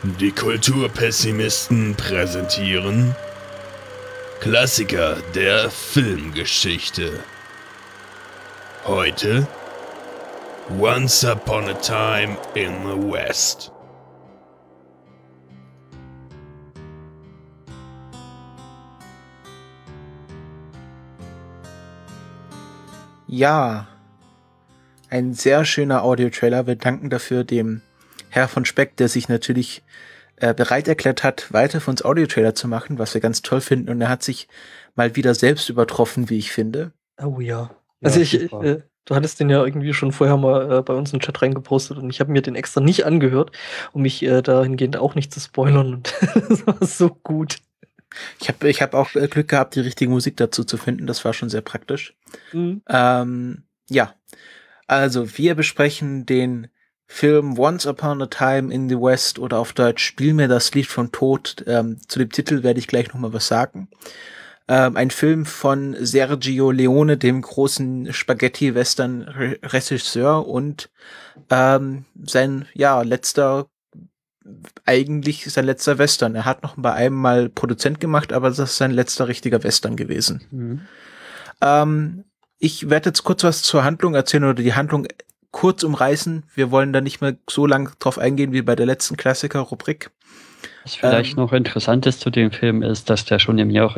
Die Kulturpessimisten präsentieren Klassiker der Filmgeschichte. Heute Once Upon a Time in the West. Ja, ein sehr schöner Audiotrailer. Wir danken dafür dem Herr von Speck, der sich natürlich bereit erklärt hat, weiter für uns Audiotrailer zu machen, was wir ganz toll finden. Und er hat sich mal wieder selbst übertroffen, wie ich finde. Oh ja. Also du hattest den ja irgendwie schon vorher mal bei uns in den Chat reingepostet und ich habe mir den extra nicht angehört, um mich dahingehend auch nicht zu spoilern. Und das war so gut. Ich hab auch Glück gehabt, die richtige Musik dazu zu finden. Das war schon sehr praktisch. Ja, also wir besprechen den Film Once Upon a Time in the West oder auf Deutsch Spiel mir das Lied vom Tod. Zu dem Titel werde ich gleich noch mal was sagen. Ein Film von Sergio Leone, dem großen Spaghetti-Western-Regisseur und sein letzter Western. Er hat noch bei einem Mal Produzent gemacht, aber das ist sein letzter richtiger Western gewesen. Ich werde jetzt kurz was zur Handlung erzählen oder die Handlung kurz umreißen. Wir wollen da nicht mehr so lang drauf eingehen wie bei der letzten Klassiker-Rubrik. Was vielleicht noch interessant ist zu dem Film ist, dass der schon im Jahre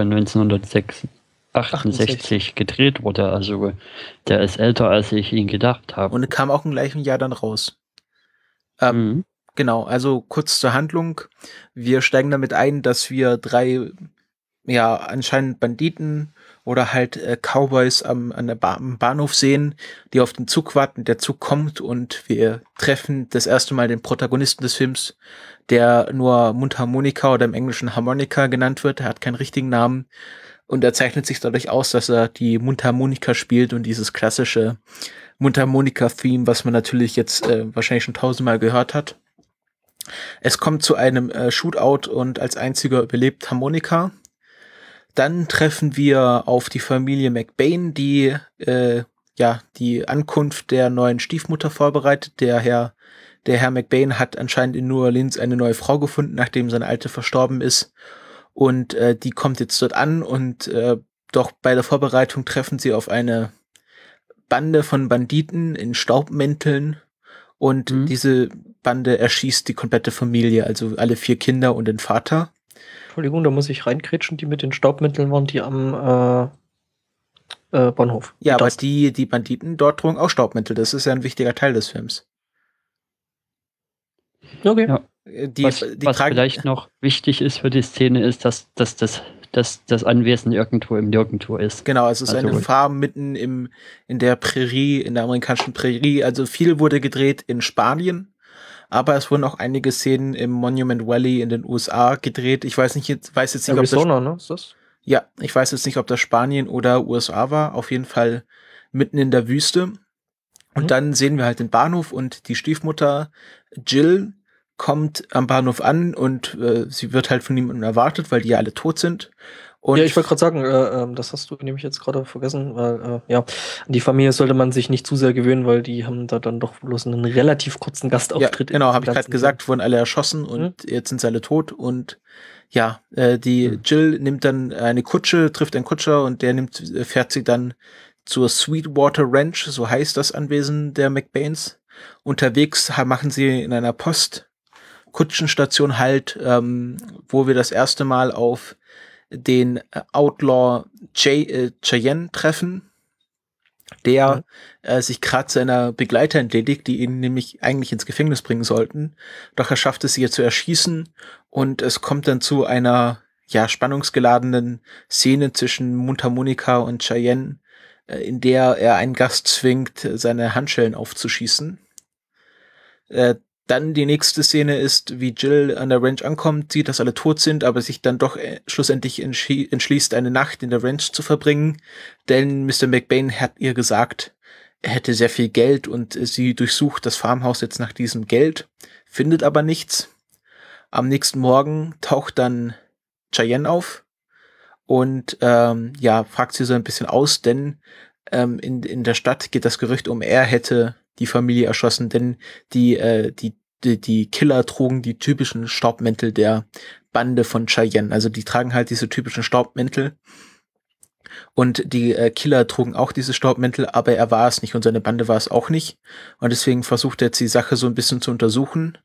1968 gedreht wurde. Also der ist älter, als ich ihn gedacht habe. Und er kam auch im gleichen Jahr dann raus. Genau, also kurz zur Handlung. Wir steigen damit ein, dass wir drei anscheinend Banditen oder halt Cowboys am Bahnhof sehen, die auf den Zug warten. Der Zug kommt und wir treffen das erste Mal den Protagonisten des Films, der nur Mundharmonika oder im Englischen Harmonica genannt wird. Er hat keinen richtigen Namen und er zeichnet sich dadurch aus, dass er die Mundharmonika spielt und dieses klassische Mundharmonika-Theme, was man natürlich jetzt wahrscheinlich schon tausendmal gehört hat. Es kommt zu einem Shootout und als einziger überlebt Harmonika. Dann treffen wir auf die Familie McBain, die die Ankunft der neuen Stiefmutter vorbereitet. Der Herr McBain hat anscheinend in New Orleans eine neue Frau gefunden, nachdem seine alte verstorben ist. Und die kommt jetzt dort an und doch bei der Vorbereitung treffen sie auf eine Bande von Banditen in Staubmänteln. Und diese Bande erschießt die komplette Familie, also alle 4 Kinder und den Vater. Entschuldigung, da muss ich reinkrätschen, die mit den Staubmitteln waren die am Bahnhof. Ja, aber die Banditen dort trugen auch Staubmittel. Das ist ja ein wichtiger Teil des Films. Okay. Ja. Was vielleicht noch wichtig ist für die Szene ist, dass das Anwesen irgendwo im Nirgendwo ist. Genau, es ist eine Farm mitten in der Prärie, in der amerikanischen Prärie. Also viel wurde gedreht in Spanien. Aber es wurden auch einige Szenen im Monument Valley in den USA gedreht. Ich weiß jetzt nicht, Arizona, ne? Ist das? Ja, ich weiß jetzt nicht, ob das Spanien oder USA war. Auf jeden Fall mitten in der Wüste. Und dann sehen wir halt den Bahnhof und die Stiefmutter Jill kommt am Bahnhof an und sie wird halt von niemandem erwartet, weil die ja alle tot sind. Und ja, ich wollte gerade sagen, das hast du nämlich jetzt gerade vergessen, weil an die Familie sollte man sich nicht zu sehr gewöhnen, weil die haben da dann doch bloß einen relativ kurzen Gastauftritt. Ja, genau, habe ich gerade gesagt, wurden alle erschossen und jetzt sind sie alle tot und die Jill nimmt dann eine Kutsche, trifft einen Kutscher und der fährt sie dann zur Sweetwater Ranch, so heißt das Anwesen der McBains. Unterwegs machen sie in einer Postkutschenstation halt, wo wir das erste Mal auf den Outlaw Cheyenne treffen, der sich gerade seiner Begleiter entledigt, die ihn nämlich eigentlich ins Gefängnis bringen sollten. Doch er schafft es, sie zu erschießen und es kommt dann zu einer spannungsgeladenen Szene zwischen Mundharmonika und Cheyenne, in der er einen Gast zwingt, seine Handschellen aufzuschießen. Dann die nächste Szene ist, wie Jill an der Ranch ankommt, sieht, dass alle tot sind, aber sich dann doch schlussendlich entschließt, eine Nacht in der Ranch zu verbringen, denn Mr. McBain hat ihr gesagt, er hätte sehr viel Geld und sie durchsucht das Farmhaus jetzt nach diesem Geld, findet aber nichts. Am nächsten Morgen taucht dann Cheyenne auf und fragt sie so ein bisschen aus, denn in der Stadt geht das Gerücht um, er hätte die Familie erschossen, denn die die Killer trugen die typischen Staubmäntel der Bande von Cheyenne. Also die tragen halt diese typischen Staubmäntel. Und die Killer trugen auch diese Staubmäntel, aber er war es nicht und seine Bande war es auch nicht. Und deswegen versucht er jetzt die Sache so ein bisschen zu untersuchen.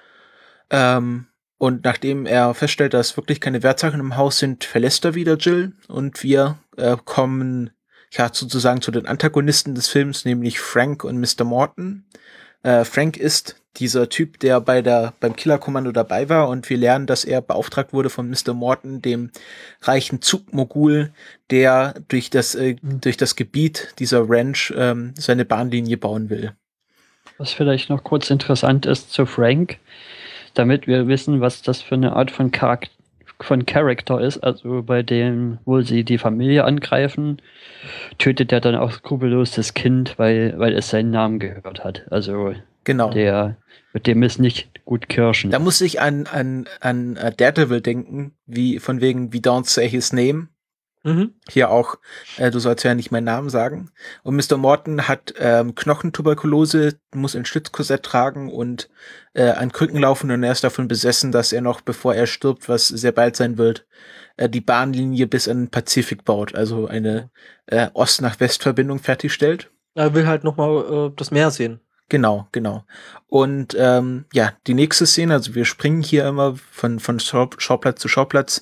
Und nachdem er feststellt, dass wirklich keine Wertsachen im Haus sind, verlässt er wieder Jill. Und wir kommen sozusagen zu den Antagonisten des Films, nämlich Frank und Mr. Morton. Frank ist dieser Typ, der beim Killerkommando dabei war, und wir lernen, dass er beauftragt wurde von Mr. Morton, dem reichen Zugmogul, der durch das Gebiet dieser Ranch seine Bahnlinie bauen will. Was vielleicht noch kurz interessant ist zu Frank, damit wir wissen, was das für eine Art von Charakter ist, also bei dem, wo sie die Familie angreifen, tötet er dann auch skrupellos das Kind, weil es seinen Namen gehört hat. Also genau. Mit dem ist nicht gut kirschen. Da muss ich an Daredevil denken, wie don't say his name. Mhm. Hier auch, du sollst ja nicht meinen Namen sagen. Und Mr. Morton hat Knochentuberkulose, muss ein Stützkorsett tragen und an Krücken laufen, und er ist davon besessen, dass er noch, bevor er stirbt, was sehr bald sein wird, die Bahnlinie bis an den Pazifik baut, also eine Ost-nach-West-Verbindung fertigstellt. Er will halt nochmal das Meer sehen. Genau. Und die nächste Szene, also wir springen hier immer von Schauplatz zu Schauplatz.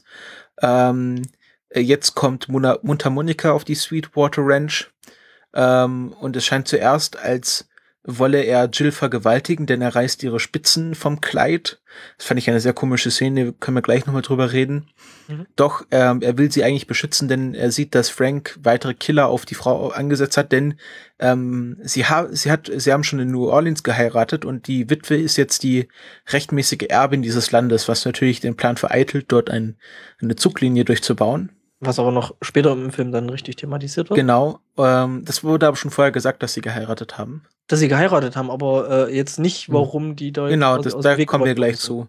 Jetzt kommt Mundharmonika auf die Sweetwater Ranch, und es scheint zuerst, als wolle er Jill vergewaltigen, denn er reißt ihre Spitzen vom Kleid. Das fand ich eine sehr komische Szene, können wir gleich nochmal drüber reden. Mhm. Doch er will sie eigentlich beschützen, denn er sieht, dass Frank weitere Killer auf die Frau angesetzt hat, denn sie haben schon in New Orleans geheiratet, und die Witwe ist jetzt die rechtmäßige Erbin dieses Landes, was natürlich den Plan vereitelt, dort eine Zuglinie durchzubauen. Was aber noch später im Film dann richtig thematisiert wird. Genau, das wurde aber schon vorher gesagt, dass sie geheiratet haben. Dass sie geheiratet haben, aber jetzt nicht, warum die da... Genau, da kommen wir gleich zu.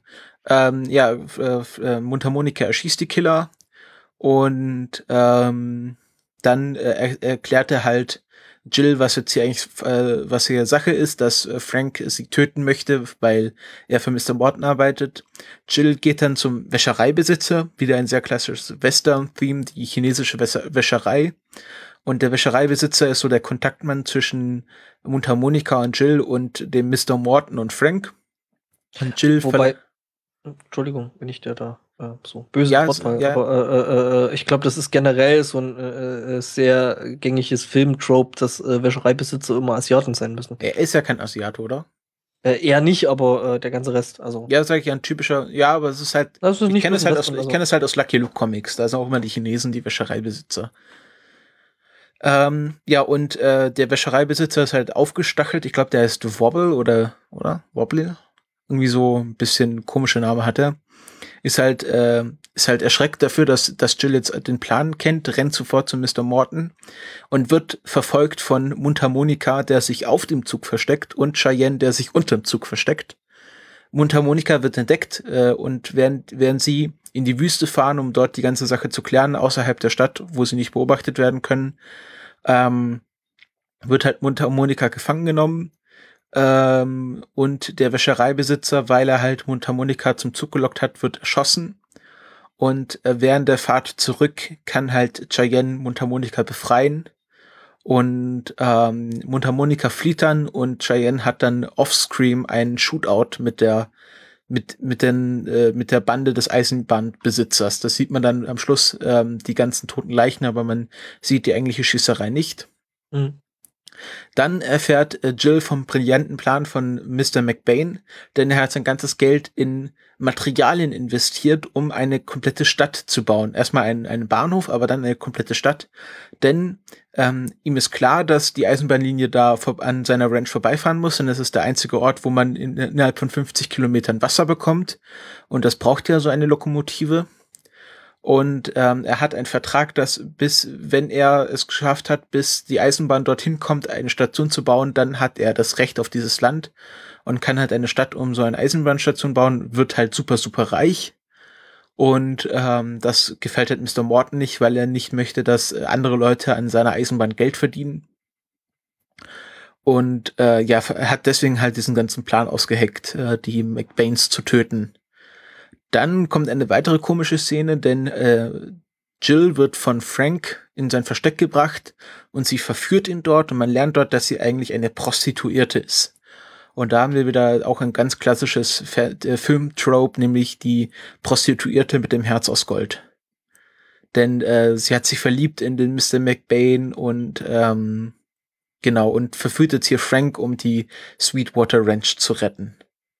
Mundharmonika erschießt die Killer, und dann erklärt er halt Jill, was jetzt hier eigentlich, was hier Sache ist, dass Frank sie töten möchte, weil er für Mr. Morton arbeitet. Jill geht dann zum Wäschereibesitzer, wieder ein sehr klassisches Western-Theme, die chinesische Wäscherei. Und der Wäschereibesitzer ist so der Kontaktmann zwischen Mundharmonika und Jill und dem Mr. Morton und Frank. Und Jill Entschuldigung, wenn ich da so böses Wort war, aber ich glaube, das ist generell so ein sehr gängiges Filmtrope, dass Wäschereibesitzer immer Asiaten sein müssen. Er ist ja kein Asiate, oder? Eher nicht, aber der ganze Rest, also. Ja, sag ich, ein typischer, aber es ist halt, ich kenne es halt aus Lucky Luke Comics, da sind auch immer die Chinesen, die Wäschereibesitzer. Und der Wäschereibesitzer ist halt aufgestachelt, ich glaube, der heißt Wobble oder Wobble? Irgendwie so ein bisschen komischer Name hat er. Ist halt erschreckt dafür, dass Jill jetzt den Plan kennt, rennt sofort zu Mr. Morton und wird verfolgt von Mundharmonika, der sich auf dem Zug versteckt, und Cheyenne, der sich unterm Zug versteckt. Mundharmonika wird entdeckt und während sie in die Wüste fahren, um dort die ganze Sache zu klären, außerhalb der Stadt, wo sie nicht beobachtet werden können, wird halt Mundharmonika gefangen genommen. Und der Wäschereibesitzer, weil er halt Mundharmonika zum Zug gelockt hat, wird erschossen. Und während der Fahrt zurück kann halt Cheyenne Mundharmonika befreien. Und Mundharmonika flieht dann, und Cheyenne hat dann offscreen einen Shootout mit der Bande des Eisenbahnbesitzers. Das sieht man dann am Schluss, die ganzen toten Leichen, aber man sieht die eigentliche Schießerei nicht. Mhm. Dann erfährt Jill vom brillanten Plan von Mr. McBain, denn er hat sein ganzes Geld in Materialien investiert, um eine komplette Stadt zu bauen. Erstmal einen Bahnhof, aber dann eine komplette Stadt. Denn ihm ist klar, dass die Eisenbahnlinie da an seiner Ranch vorbeifahren muss, und das ist der einzige Ort, wo man innerhalb von 50 Kilometern Wasser bekommt. Und das braucht ja so eine Lokomotive. Und er hat einen Vertrag, dass wenn er es geschafft hat, bis die Eisenbahn dorthin kommt, eine Station zu bauen, dann hat er das Recht auf dieses Land und kann halt eine Stadt um so eine Eisenbahnstation bauen, wird halt super, super reich. Und das gefällt halt Mr. Morton nicht, weil er nicht möchte, dass andere Leute an seiner Eisenbahn Geld verdienen. Und er hat deswegen halt diesen ganzen Plan ausgeheckt, die McBains zu töten. Dann kommt eine weitere komische Szene, denn Jill wird von Frank in sein Versteck gebracht und sie verführt ihn dort und man lernt dort, dass sie eigentlich eine Prostituierte ist. Und da haben wir wieder auch ein ganz klassisches Film-Trope, nämlich die Prostituierte mit dem Herz aus Gold. Denn sie hat sich verliebt in den Mr. McBain und genau, und verführt jetzt hier Frank, um die Sweetwater Ranch zu retten.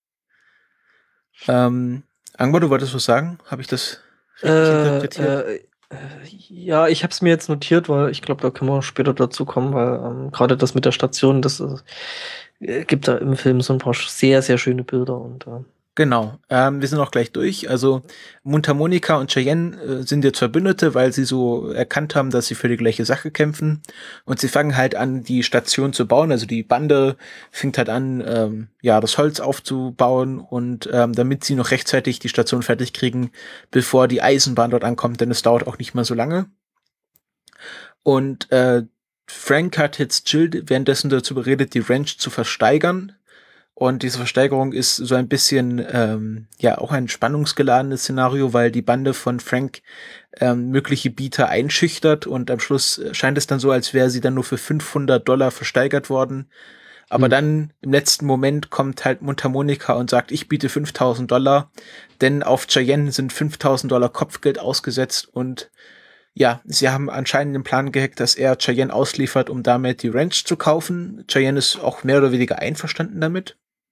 Angbar, du wolltest was sagen? Habe ich das richtig interpretiert? Ja, ich habe es mir jetzt notiert, weil ich glaube, da können wir später dazu kommen, weil gerade das mit der Station, das gibt da im Film so ein paar sehr, sehr schöne Bilder. Und genau, wir sind auch gleich durch. Also Mundharmonika und Cheyenne sind jetzt Verbündete, weil sie so erkannt haben, dass sie für die gleiche Sache kämpfen. Und sie fangen halt an, die Station zu bauen. Also die Bande fängt halt an, das Holz aufzubauen und damit sie noch rechtzeitig die Station fertig kriegen, bevor die Eisenbahn dort ankommt, denn es dauert auch nicht mal so lange. Und Frank hat jetzt Jill währenddessen dazu beredet, die Ranch zu versteigern. Und diese Versteigerung ist so ein bisschen, auch ein spannungsgeladenes Szenario, weil die Bande von Frank mögliche Bieter einschüchtert und am Schluss scheint es dann so, als wäre sie dann nur für $500 versteigert worden. Aber dann im letzten Moment kommt halt Mundharmonika und sagt, ich biete $5.000, denn auf Cheyenne sind $5.000 Kopfgeld ausgesetzt und ja, sie haben anscheinend den Plan gehackt, dass er Cheyenne ausliefert, um damit die Ranch zu kaufen. Cheyenne ist auch mehr oder weniger einverstanden damit.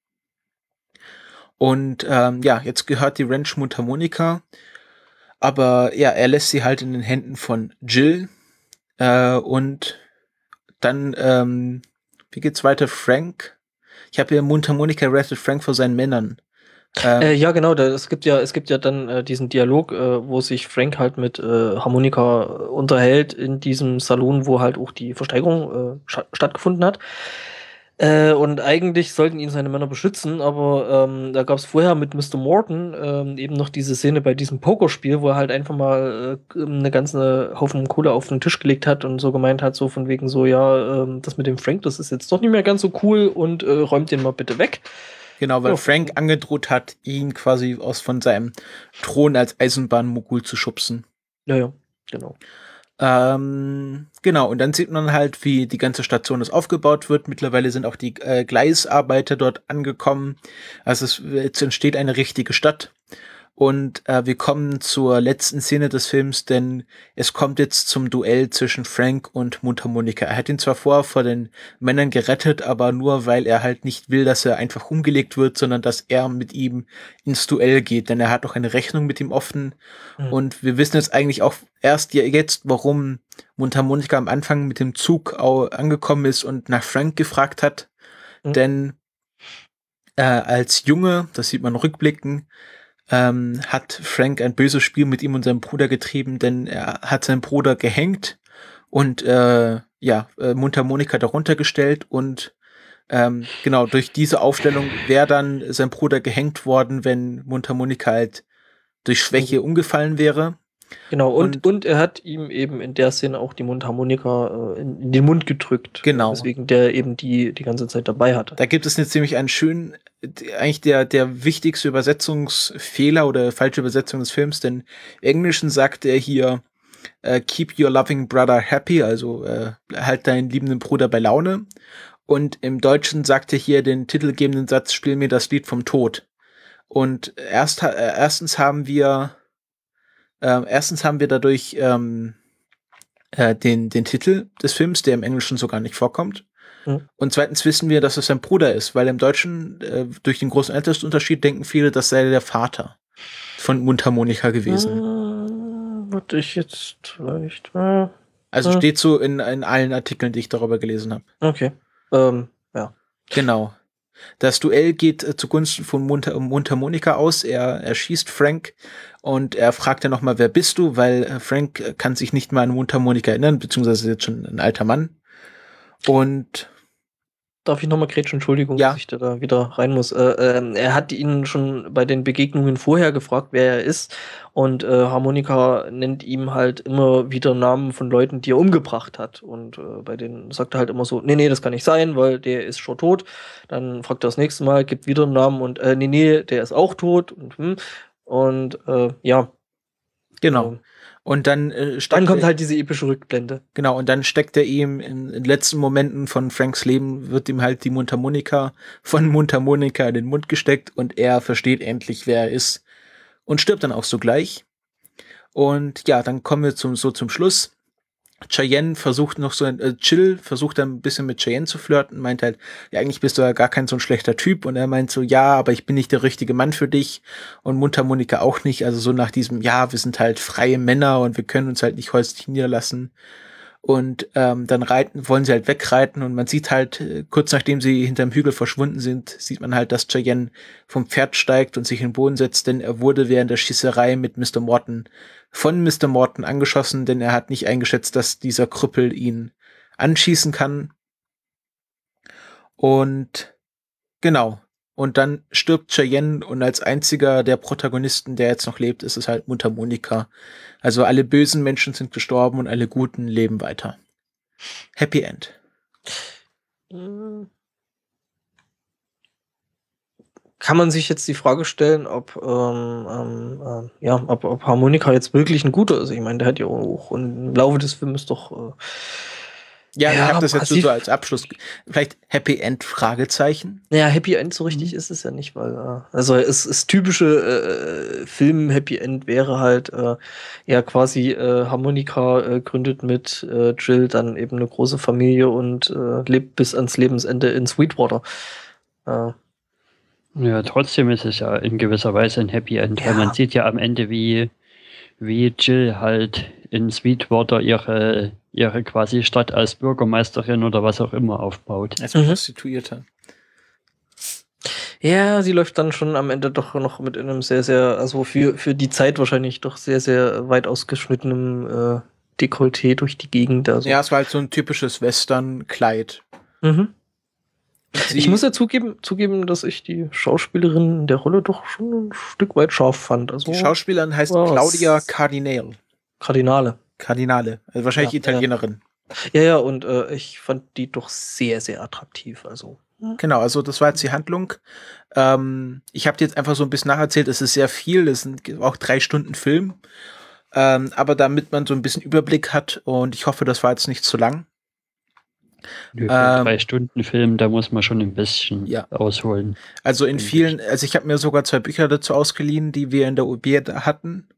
Und jetzt gehört die Ranch Mundharmonika, aber ja, er lässt sie halt in den Händen von Jill und dann, wie geht's weiter? Frank? Ich habe hier Mundharmonika rettet Frank vor seinen Männern. Ja, genau, es gibt ja dann diesen Dialog, wo sich Frank halt mit Harmonika unterhält in diesem Salon, wo halt auch die Versteigerung stattgefunden hat. Und eigentlich sollten ihn seine Männer beschützen, aber da gab es vorher mit Mr. Morton eben noch diese Szene bei diesem Pokerspiel, wo er halt einfach mal eine ganze Haufen Kohle auf den Tisch gelegt hat und so gemeint hat, so von wegen so, das mit dem Frank, das ist jetzt doch nicht mehr ganz so cool und räumt den mal bitte weg. Genau, weil Frank angedroht hat, ihn quasi von seinem Thron als Eisenbahnmogul zu schubsen. Ja, genau. Genau, und dann sieht man halt, wie die ganze Station aufgebaut wird. Mittlerweile sind auch die Gleisarbeiter dort angekommen. Also jetzt entsteht eine richtige Stadt. Und wir kommen zur letzten Szene des Films, denn es kommt jetzt zum Duell zwischen Frank und Mundharmonika. Er hat ihn zwar vorher vor den Männern gerettet, aber nur, weil er halt nicht will, dass er einfach umgelegt wird, sondern dass er mit ihm ins Duell geht, denn er hat auch eine Rechnung mit ihm offen. Mhm. Und wir wissen jetzt eigentlich auch erst jetzt, warum Mundharmonika am Anfang mit dem Zug angekommen ist und nach Frank gefragt hat. Mhm. Denn als Junge, das sieht man rückblicken, hat Frank ein böses Spiel mit ihm und seinem Bruder getrieben, denn er hat seinen Bruder gehängt und Mundharmonika darunter gestellt und genau, durch diese Aufstellung wäre dann sein Bruder gehängt worden, wenn Mundharmonika halt durch Schwäche umgefallen wäre. Genau, und er hat ihm eben in der Szene auch die Mundharmonika in den Mund gedrückt. Genau. Deswegen der eben die ganze Zeit dabei hatte. Da gibt es einen schönen, eigentlich der wichtigste Übersetzungsfehler oder falsche Übersetzung des Films, denn im Englischen sagt er hier keep your loving brother happy, also halt deinen liebenden Bruder bei Laune. Und im Deutschen sagt er hier den titelgebenden Satz, spiel mir das Lied vom Tod. Und erstens haben wir dadurch den Titel des Films, der im Englischen so gar nicht vorkommt. Mhm. Und zweitens wissen wir, dass es sein Bruder ist, weil im Deutschen durch den großen Altersunterschied denken viele, das sei der Vater von Mundharmonika gewesen. Würde ich jetzt vielleicht Also steht so in allen Artikeln, die ich darüber gelesen habe. Okay. Ja. Genau. Das Duell geht zugunsten von Mundharmonika aus. Er schießt Frank und er fragt dann nochmal, wer bist du? Weil Frank kann sich nicht mehr an Mundharmonika erinnern, beziehungsweise ist jetzt schon ein alter Mann. Und Darf ich nochmal grätschen? Entschuldigung, dass ich da wieder rein muss. Er hat ihn schon bei den Begegnungen vorher gefragt, wer er ist. Und Harmonika nennt ihm halt immer wieder Namen von Leuten, die er umgebracht hat. Und bei denen sagt er halt immer so, nee, das kann nicht sein, weil der ist schon tot. Dann fragt er das nächste Mal, gibt wieder einen Namen und nee, der ist auch tot. Und ja. Genau. Und dann kommt halt diese epische Rückblende. Genau, und dann steckt er ihm in den letzten Momenten von Franks Leben, wird ihm halt die Mundharmonika von Mundharmonika in den Mund gesteckt und er versteht endlich, wer er ist und stirbt dann auch sogleich. Und ja, dann kommen wir zum Schluss. Cheyenne versucht noch Jill versucht dann ein bisschen mit Cheyenne zu flirten, meint halt, ja, eigentlich bist du ja gar kein so ein schlechter Typ, und er meint so, ja, aber ich bin nicht der richtige Mann für dich, und Mundharmonika auch nicht, also so nach diesem, ja, wir sind halt freie Männer und wir können uns halt nicht häuslich niederlassen. Und dann wollen sie halt wegreiten, und man sieht halt, kurz nachdem sie hinterm Hügel verschwunden sind, sieht man halt, dass Cheyenne vom Pferd steigt und sich in den Boden setzt, denn er wurde während der Schießerei mit von Mr. Morton angeschossen, denn er hat nicht eingeschätzt, dass dieser Krüppel ihn anschießen kann. Und genau. Und dann stirbt Cheyenne, und als einziger der Protagonisten, der jetzt noch lebt, ist es halt Mundharmonika. Also alle bösen Menschen sind gestorben und alle guten leben weiter. Happy End. Kann man sich jetzt die Frage stellen, ob Harmonika jetzt wirklich ein guter ist? Ich meine, der hat ja auch im Laufe des Films doch ich habe das jetzt so als Abschluss. Vielleicht Happy End, Fragezeichen? Ja, Happy End so richtig ist es ja nicht, weil es ist typische Film-Happy End wäre halt quasi Harmonika gründet mit Jill dann eben eine große Familie und lebt bis ans Lebensende in Sweetwater. Ja, trotzdem ist es ja in gewisser Weise ein Happy End, weil man sieht ja am Ende, wie Jill halt in Sweetwater ihre quasi Stadt als Bürgermeisterin oder was auch immer aufbaut. Als Prostituierte. Ja, sie läuft dann schon am Ende doch noch mit einem sehr, sehr, also für die Zeit wahrscheinlich doch sehr, sehr weit ausgeschnittenem Dekolleté durch die Gegend. Also. Ja, es war halt so ein typisches Western-Kleid. Ich muss ja zugeben, dass ich die Schauspielerin in der Rolle doch schon ein Stück weit scharf fand. Also, die Schauspielerin heißt Claudia Cardinale. Also wahrscheinlich Italienerin. Ja, und ich fand die doch sehr, sehr attraktiv. Also. Genau, also das war jetzt die Handlung. Ich habe dir jetzt einfach so ein bisschen nacherzählt, es ist sehr viel, es sind auch 3 Stunden Film. Aber damit man so ein bisschen Überblick hat, und ich hoffe, das war jetzt nicht zu lang. Für 3 Stunden Film, da muss man schon ein bisschen ausholen. Also in vielen, ich habe mir sogar 2 Bücher dazu ausgeliehen, die wir in der UB hatten.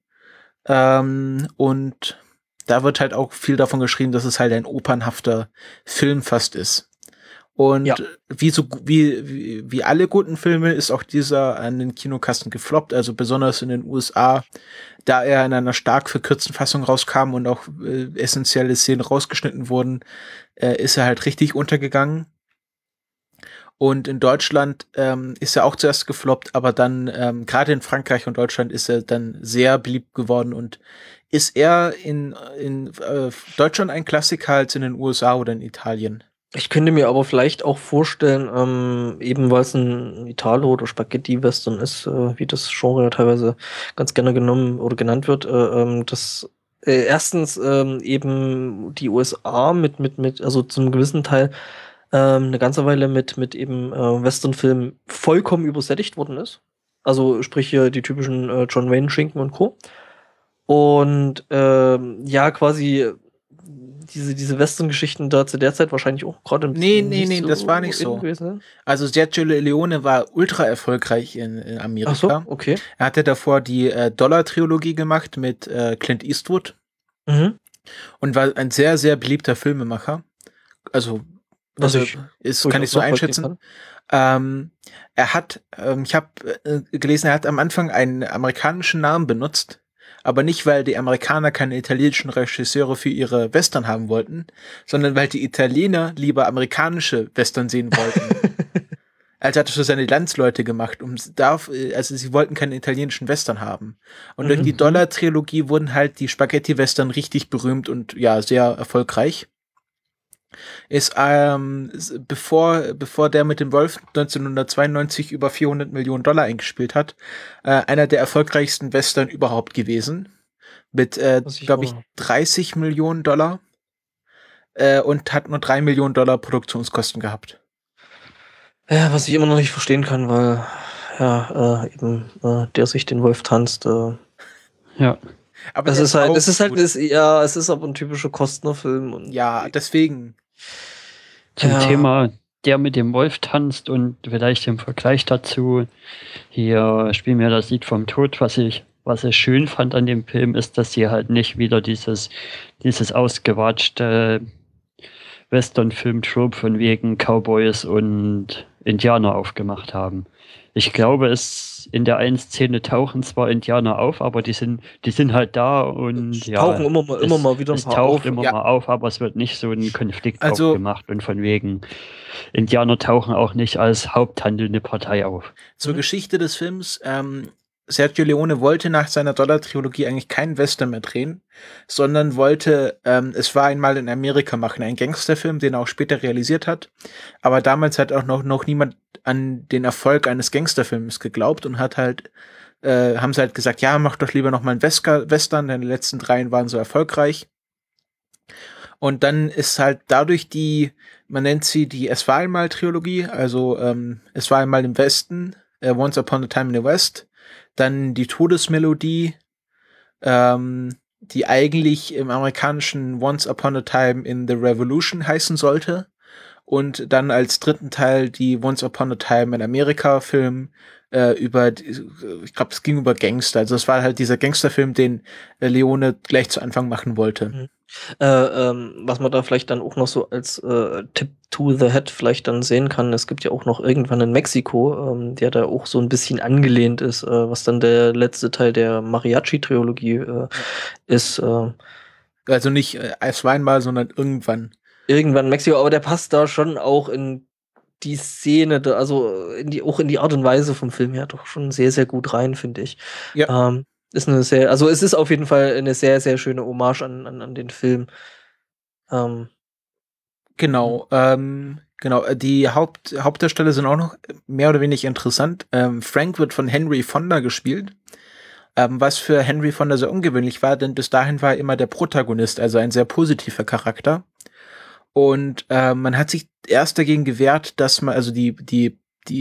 Und da wird halt auch viel davon geschrieben, dass es halt ein opernhafter Film fast ist. Und wie alle guten Filme ist auch dieser an den Kinokassen gefloppt, also besonders in den USA, da er in einer stark verkürzten Fassung rauskam und auch essentielle Szenen rausgeschnitten wurden, ist er halt richtig untergegangen. Und in Deutschland ist er auch zuerst gefloppt, aber dann gerade in Frankreich und Deutschland ist er dann sehr beliebt geworden. Und ist er in Deutschland ein Klassiker als in den USA oder in Italien? Ich könnte mir aber vielleicht auch vorstellen, eben weil es ein Italo- oder Spaghetti-Western ist, wie das Genre teilweise ganz gerne genommen oder genannt wird, dass erstens eben die USA mit also zu einem gewissen Teil eine ganze Weile mit eben Westernfilmen vollkommen übersättigt worden ist. Also sprich hier die typischen John Wayne-Schinken und Co. Und quasi diese Western-Geschichten da zu der Zeit wahrscheinlich auch gerade Nee, das war nicht so. Gewesen. Also Sergio Leone war ultra erfolgreich in Amerika. Ach so, okay. Er hatte davor die Dollar-Trilogie gemacht mit Clint Eastwood und war ein sehr, sehr beliebter Filmemacher. Also kann ich so einschätzen. Er hat, ich habe gelesen, er hat am Anfang einen amerikanischen Namen benutzt, aber nicht, weil die Amerikaner keine italienischen Regisseure für ihre Western haben wollten, sondern weil die Italiener lieber amerikanische Western sehen wollten. Also hat er für seine Landsleute gemacht, also sie wollten keinen italienischen Western haben. Und durch die Dollar-Trilogie wurden halt die Spaghetti-Western richtig berühmt und ja, sehr erfolgreich. ist, bevor der mit dem Wolf 1992 über $400 Millionen eingespielt hat, einer der erfolgreichsten Western überhaupt gewesen. Mit, glaube ich, $30 Millionen. Und hat nur $3 Millionen Produktionskosten gehabt. Ja, was ich immer noch nicht verstehen kann, weil der sich den Wolf tanzt. Ja. Aber es ist aber ein typischer Kostner-Film. Und ja, deswegen. Zum Thema, der mit dem Wolf tanzt und vielleicht im Vergleich dazu, hier spielen wir das Lied vom Tod, was ich schön fand an dem Film, ist, dass sie halt nicht wieder dieses ausgewatschte Western-Film-Trope von wegen Cowboys und Indianer aufgemacht haben. Ich glaube, in der einen Szene tauchen zwar Indianer auf, aber die sind halt da und tauchen immer mal wieder ein paar taucht immer mal auf, aber es wird nicht so ein Konflikt aufgemacht und von wegen Indianer tauchen auch nicht als haupthandelnde Partei auf. Zur Geschichte des Films, Sergio Leone wollte nach seiner Dollar-Trilogie eigentlich keinen Western mehr drehen, sondern wollte Es war einmal in Amerika machen, einen Gangsterfilm, den er auch später realisiert hat. Aber damals hat auch noch niemand an den Erfolg eines Gangsterfilms geglaubt und haben sie halt gesagt, ja, mach doch lieber noch mal einen Western, denn die letzten 3 waren so erfolgreich. Und dann ist halt dadurch man nennt sie die Es war einmal Trilogie, also Es war einmal im Westen, Once Upon a Time in the West, dann die Todesmelodie, die eigentlich im amerikanischen Once Upon a Time in the Revolution heißen sollte. Und dann als dritten Teil die Once Upon a Time in America Film ich glaube, es ging über Gangster. Also es war halt dieser Gangsterfilm, den Leone gleich zu Anfang machen wollte. Was man da vielleicht dann auch noch so als Tip to the Head vielleicht dann sehen kann, es gibt ja auch noch irgendwann in Mexiko, der da auch so ein bisschen angelehnt ist, was dann der letzte Teil der Mariachi-Trilogie ist. Also nicht Es war einmal, sondern irgendwann. Irgendwann Mexiko, aber der passt da schon auch in die Szene, also auch in die Art und Weise vom Film her doch schon sehr, sehr gut rein, finde ich. Ja. Es ist auf jeden Fall eine sehr, sehr schöne Hommage an den Film. Genau. Die Hauptdarsteller sind auch noch mehr oder weniger interessant. Frank wird von Henry Fonda gespielt, was für Henry Fonda sehr ungewöhnlich war, denn bis dahin war er immer der Protagonist, also ein sehr positiver Charakter. Und man hat sich erst dagegen gewehrt, dass man, also die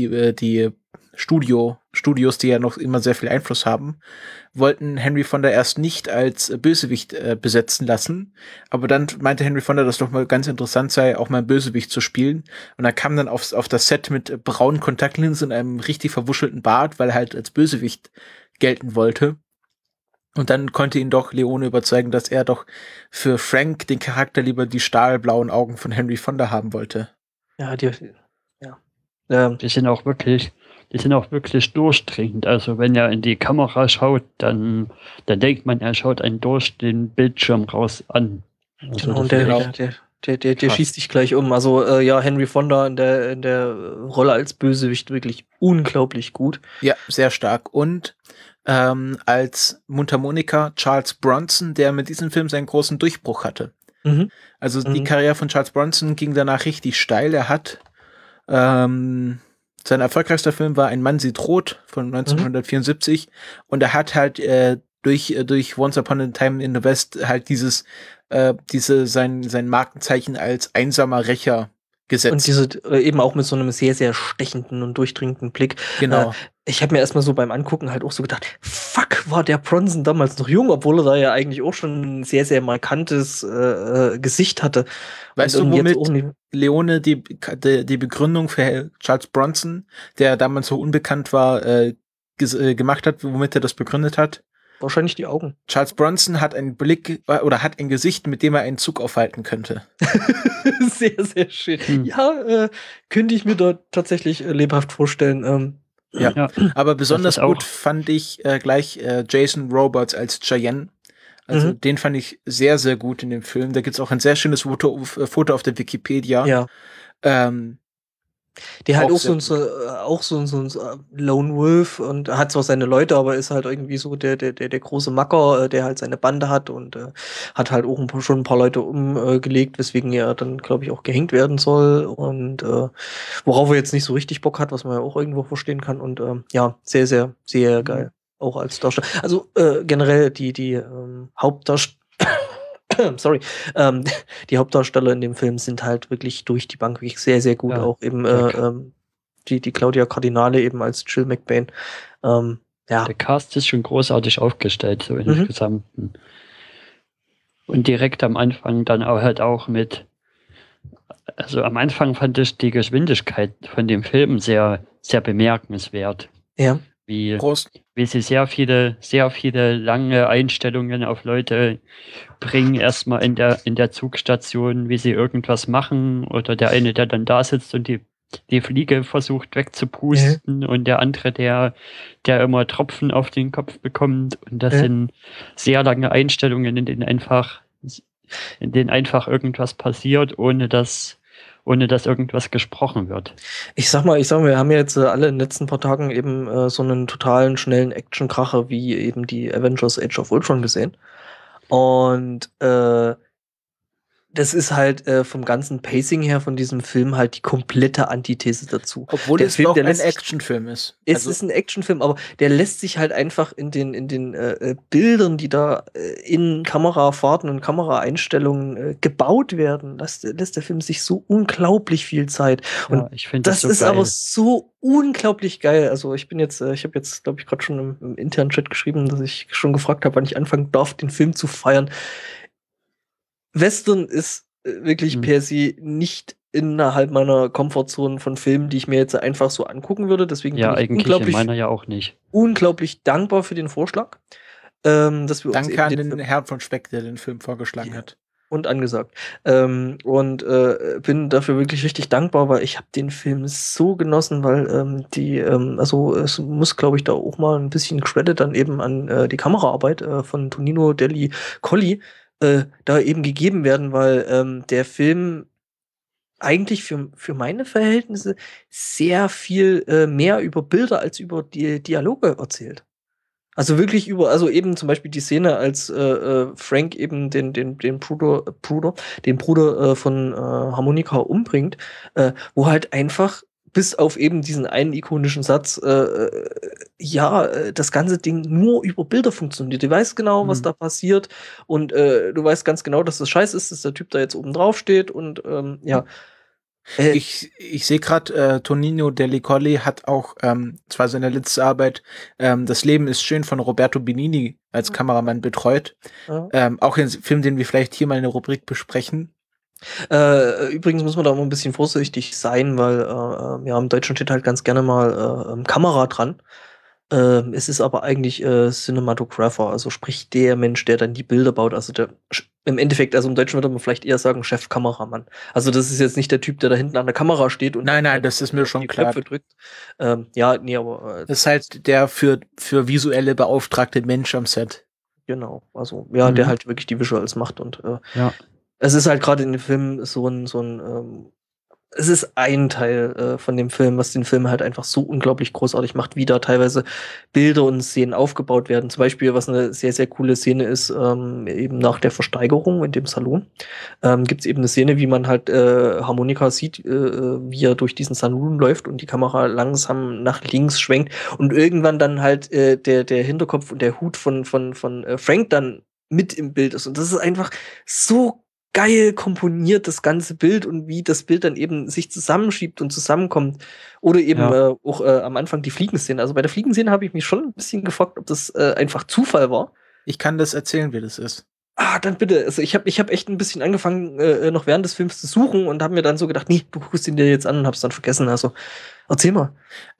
Studios, die ja noch immer sehr viel Einfluss haben, wollten Henry Fonda erst nicht als Bösewicht besetzen lassen. Aber dann meinte Henry Fonda, dass doch mal ganz interessant sei, auch mal einen Bösewicht zu spielen. Und er kam dann auf das Set mit braunen Kontaktlinsen und einem richtig verwuschelten Bart, weil er halt als Bösewicht gelten wollte. Und dann konnte ihn doch Leone überzeugen, dass er doch für Frank, den Charakter, lieber die stahlblauen Augen von Henry Fonda haben wollte. Ja, die sind auch wirklich durchdringend. Also wenn er in die Kamera schaut, dann denkt man, er schaut einen durch den Bildschirm raus an. Also genau, und der schießt dich gleich um. Also Henry Fonda in der Rolle als Bösewicht wirklich unglaublich gut. Ja, sehr stark. Und als Mundharmonika Charles Bronson, der mit diesem Film seinen großen Durchbruch hatte. Mhm. Also die Karriere von Charles Bronson ging danach richtig steil. Er hat sein erfolgreichster Film war Ein Mann sieht rot von 1974 und er hat halt durch Once Upon a Time in the West halt sein Markenzeichen als einsamer Rächer gesetzt. Und eben auch mit so einem sehr, sehr stechenden und durchdringenden Blick. Genau. Ich habe mir erstmal so beim Angucken halt auch so gedacht, fuck, war der Bronson damals noch jung, obwohl er da ja eigentlich auch schon ein sehr, sehr markantes Gesicht hatte. Weißt du, womit Leone die Begründung für Charles Bronson, der damals so unbekannt war, gemacht hat, womit er das begründet hat? Wahrscheinlich die Augen. Charles Bronson hat einen Blick oder hat ein Gesicht, mit dem er einen Zug aufhalten könnte. Sehr, sehr schön. Ja, könnte ich mir da tatsächlich lebhaft vorstellen. Ja, aber besonders gut fand ich gleich Jason Robards als Cheyenne. Also den fand ich sehr, sehr gut in dem Film. Da gibt's auch ein sehr schönes Foto auf der Wikipedia. Ja. Der halt auch so ein Lone Wolf und hat zwar seine Leute, aber ist halt irgendwie so der große Macker, der halt seine Bande hat und hat halt auch schon ein paar Leute umgelegt, weswegen er dann, glaube ich, auch gehängt werden soll und worauf er jetzt nicht so richtig Bock hat, was man ja auch irgendwo verstehen kann und ja, sehr, sehr, sehr geil. Auch als Darsteller. Also generell die Hauptdarsteller sorry, die Hauptdarsteller in dem Film sind halt wirklich durch die Bank wirklich sehr, sehr gut. Ja, auch eben die Claudia Cardinale eben als Jill McBain. Ja. Der Cast ist schon großartig aufgestellt, so insgesamt. Und direkt am Anfang dann auch mit, also am Anfang fand ich die Geschwindigkeit von dem Film sehr, sehr bemerkenswert. Ja. Wie sie sehr viele lange Einstellungen auf Leute bringen, erstmal in der Zugstation, wie sie irgendwas machen, oder der eine, der dann da sitzt und die Fliege versucht wegzupusten und der andere, der immer Tropfen auf den Kopf bekommt, und das sind sehr lange Einstellungen, in denen einfach irgendwas passiert, ohne dass irgendwas gesprochen wird. Ich sag mal, wir haben ja jetzt alle in den letzten paar Tagen eben so einen totalen, schnellen Action-Kracher wie eben die Avengers Age of Ultron gesehen. Und das ist halt vom ganzen Pacing her von diesem Film halt die komplette Antithese dazu. Obwohl es doch ein Actionfilm ist. Es ist ein Actionfilm, aber der lässt sich halt einfach in den Bildern, die da in Kamerafahrten und Kameraeinstellungen gebaut werden, lässt der Film sich so unglaublich viel Zeit. Und ja, ich finde das so ist geil. Aber so unglaublich geil. Also ich habe jetzt, glaube ich, gerade schon im internen Chat geschrieben, dass ich schon gefragt habe, wann ich anfangen darf, den Film zu feiern. Western ist wirklich per se nicht innerhalb meiner Komfortzone von Filmen, die ich mir jetzt einfach so angucken würde. Deswegen bin ich unglaublich, in meiner ja auch nicht. Unglaublich dankbar für den Vorschlag. Dass wir Danke an den Herrn von Speck, der den Film vorgeschlagen hat. Und angesagt. Und bin dafür wirklich richtig dankbar, weil ich habe den Film so genossen, weil also es muss, glaube ich, da auch mal ein bisschen Credit dann eben an die Kameraarbeit von Tonino Delli Colli da eben gegeben werden, weil der Film eigentlich für meine Verhältnisse sehr viel mehr über Bilder als über die Dialoge erzählt. Also wirklich also eben zum Beispiel die Szene, als Frank eben den Bruder von Harmonika umbringt, wo halt einfach bis auf eben diesen einen ikonischen Satz, das ganze Ding nur über Bilder funktioniert. Du weißt genau, was da passiert und du weißt ganz genau, dass das scheiße ist, dass der Typ da jetzt oben drauf steht und ja. Ich sehe gerade, Tonino Delli Colli hat auch zwar seine letzte Arbeit Das Leben ist schön von Roberto Benigni als Kameramann betreut. Auch ein Film, den wir vielleicht hier mal in der Rubrik besprechen. Übrigens muss man da auch ein bisschen vorsichtig sein, weil im Deutschen steht halt ganz gerne mal Kamera dran. Es ist aber eigentlich Cinematographer, also sprich der Mensch, der dann die Bilder baut. Also im Endeffekt, also im Deutschen würde man vielleicht eher sagen Chefkameramann. Also das ist jetzt nicht der Typ, der da hinten an der Kamera steht und nein, das ist mir schon klar. Knöpfe drückt. Aber das ist halt der für visuelle beauftragte Mensch am Set. Genau, also der halt wirklich die Visuals macht und es ist halt gerade in dem Film so ein es ist ein Teil von dem Film, was den Film halt einfach so unglaublich großartig macht, wie da teilweise Bilder und Szenen aufgebaut werden. Zum Beispiel, was eine sehr, sehr coole Szene ist, eben nach der Versteigerung in dem Salon, gibt es eben eine Szene, wie man halt Harmonika sieht, wie er durch diesen Salon läuft und die Kamera langsam nach links schwenkt und irgendwann dann halt der Hinterkopf und der Hut von Frank dann mit im Bild ist. Und das ist einfach so geil komponiert, das ganze Bild und wie das Bild dann eben sich zusammenschiebt und zusammenkommt. Oder eben auch am Anfang die Fliegenszene. Also bei der Fliegenszene habe ich mich schon ein bisschen gefragt, ob das einfach Zufall war. Ich kann das erzählen, wie das ist. Dann bitte. Also ich hab echt ein bisschen angefangen, noch während des Films zu suchen und habe mir dann so gedacht, nee, du guckst ihn dir jetzt an und hab's dann vergessen. Also erzähl mal.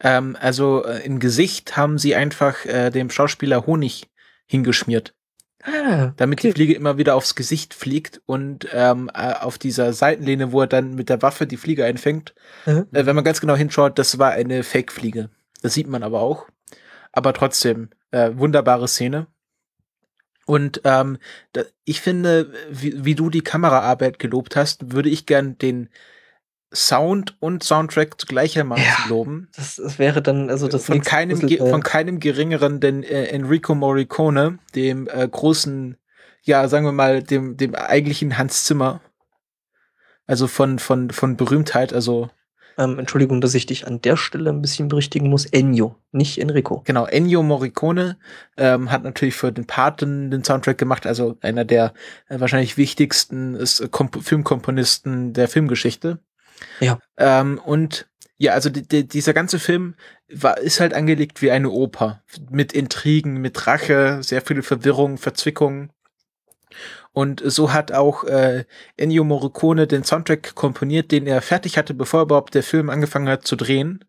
Im Gesicht haben sie einfach dem Schauspieler Honig hingeschmiert. Damit die Fliege immer wieder aufs Gesicht fliegt und auf dieser Seitenlehne, wo er dann mit der Waffe die Fliege einfängt, wenn man ganz genau hinschaut, das war eine Fake-Fliege. Das sieht man aber auch. Aber trotzdem, wunderbare Szene. Und ich finde, wie du die Kameraarbeit gelobt hast, würde ich gern den Sound und Soundtrack gleichermaßen loben. Das wäre dann also das von keinem geringeren denn Enrico Morricone, dem großen, ja, sagen wir mal, dem eigentlichen Hans Zimmer. Also von Berühmtheit, also Entschuldigung, dass ich dich an der Stelle ein bisschen berichtigen muss. Ennio, nicht Enrico. Genau, Ennio Morricone hat natürlich für den Paten den Soundtrack gemacht, also einer der wahrscheinlich wichtigsten Filmkomponisten der Filmgeschichte. Ja. Und ja, also dieser ganze Film ist halt angelegt wie eine Oper. Mit Intrigen, mit Rache, sehr viele Verwirrungen, Verzwickungen. Und so hat auch Ennio Morricone den Soundtrack komponiert, den er fertig hatte, bevor überhaupt der Film angefangen hat zu drehen.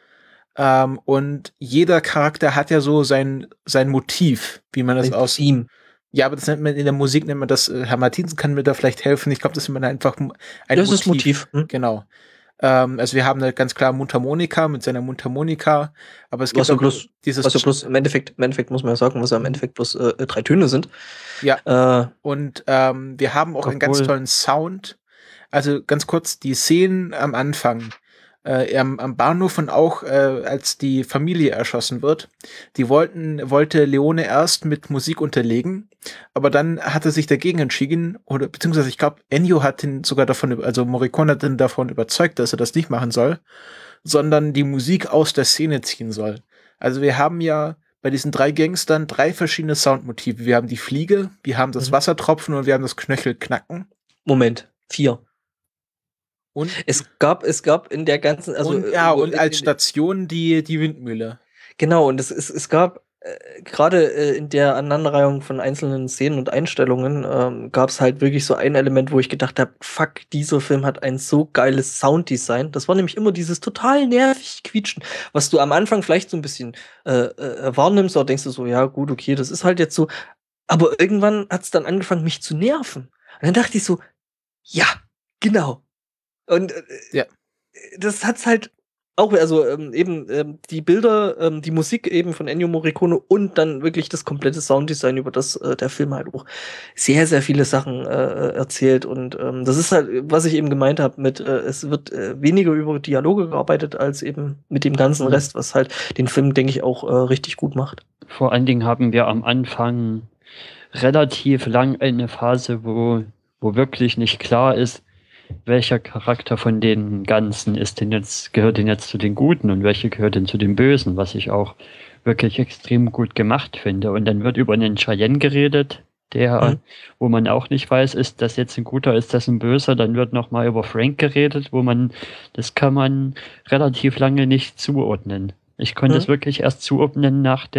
Und jeder Charakter hat ja so sein Motiv, wie man das aus ihm. Ja, aber das nennt man in der Musik, nennt man das, Herr Martinsen kann mir da vielleicht helfen. Ich glaube, das ist immer einfach ein das ist Motiv. Genau. Also wir haben da ganz klar Mundharmonika mit seiner Mundharmonika, aber es gibt auch dieses... Was ja bloß, im Endeffekt muss man ja sagen, was ja im Endeffekt bloß 3 Töne sind. Ja, und wir haben auch einen ganz tollen Sound. Also ganz kurz, die Szenen am Anfang, am Bahnhof und auch als die Familie erschossen wird, wollte Leone erst mit Musik unterlegen, aber dann hat er sich dagegen entschieden, oder beziehungsweise ich glaube, Ennio hat ihn sogar Morricone hat ihn davon überzeugt, dass er das nicht machen soll, sondern die Musik aus der Szene ziehen soll. Also wir haben ja bei diesen 3 Gangstern 3 verschiedene Soundmotive. Wir haben die Fliege, wir haben das Wassertropfen und wir haben das Knöchelknacken. Moment, 4. Und es gab in der ganzen, also und als Station die Windmühle. Genau, und es gab gerade in der Aneinanderreihung von einzelnen Szenen und Einstellungen gab es halt wirklich so ein Element, wo ich gedacht habe, fuck, dieser Film hat ein so geiles Sounddesign. Das war nämlich immer dieses total nervig Quietschen, was du am Anfang vielleicht so ein bisschen wahrnimmst, oder denkst du so, ja gut, okay, das ist halt jetzt so. Aber irgendwann hat es dann angefangen, mich zu nerven. Und dann dachte ich so, ja, genau. Und das hat's halt auch, also die Bilder, die Musik eben von Ennio Morricone und dann wirklich das komplette Sounddesign, über das der Film halt auch sehr, sehr viele Sachen erzählt. Und das ist halt, was ich eben gemeint habe, mit es wird weniger über Dialoge gearbeitet, als eben mit dem ganzen Rest, was halt den Film, denke ich, auch richtig gut macht. Vor allen Dingen haben wir am Anfang relativ lang eine Phase, wo wirklich nicht klar ist, welcher Charakter von den Ganzen gehört denn jetzt zu den Guten und welche gehört denn zu den Bösen, was ich auch wirklich extrem gut gemacht finde. Und dann wird über einen Cheyenne geredet, wo man auch nicht weiß, ist das jetzt ein Guter, ist das ein Böser. Dann wird nochmal über Frank geredet, das kann man relativ lange nicht zuordnen. Ich konnte es wirklich erst zuordnen nach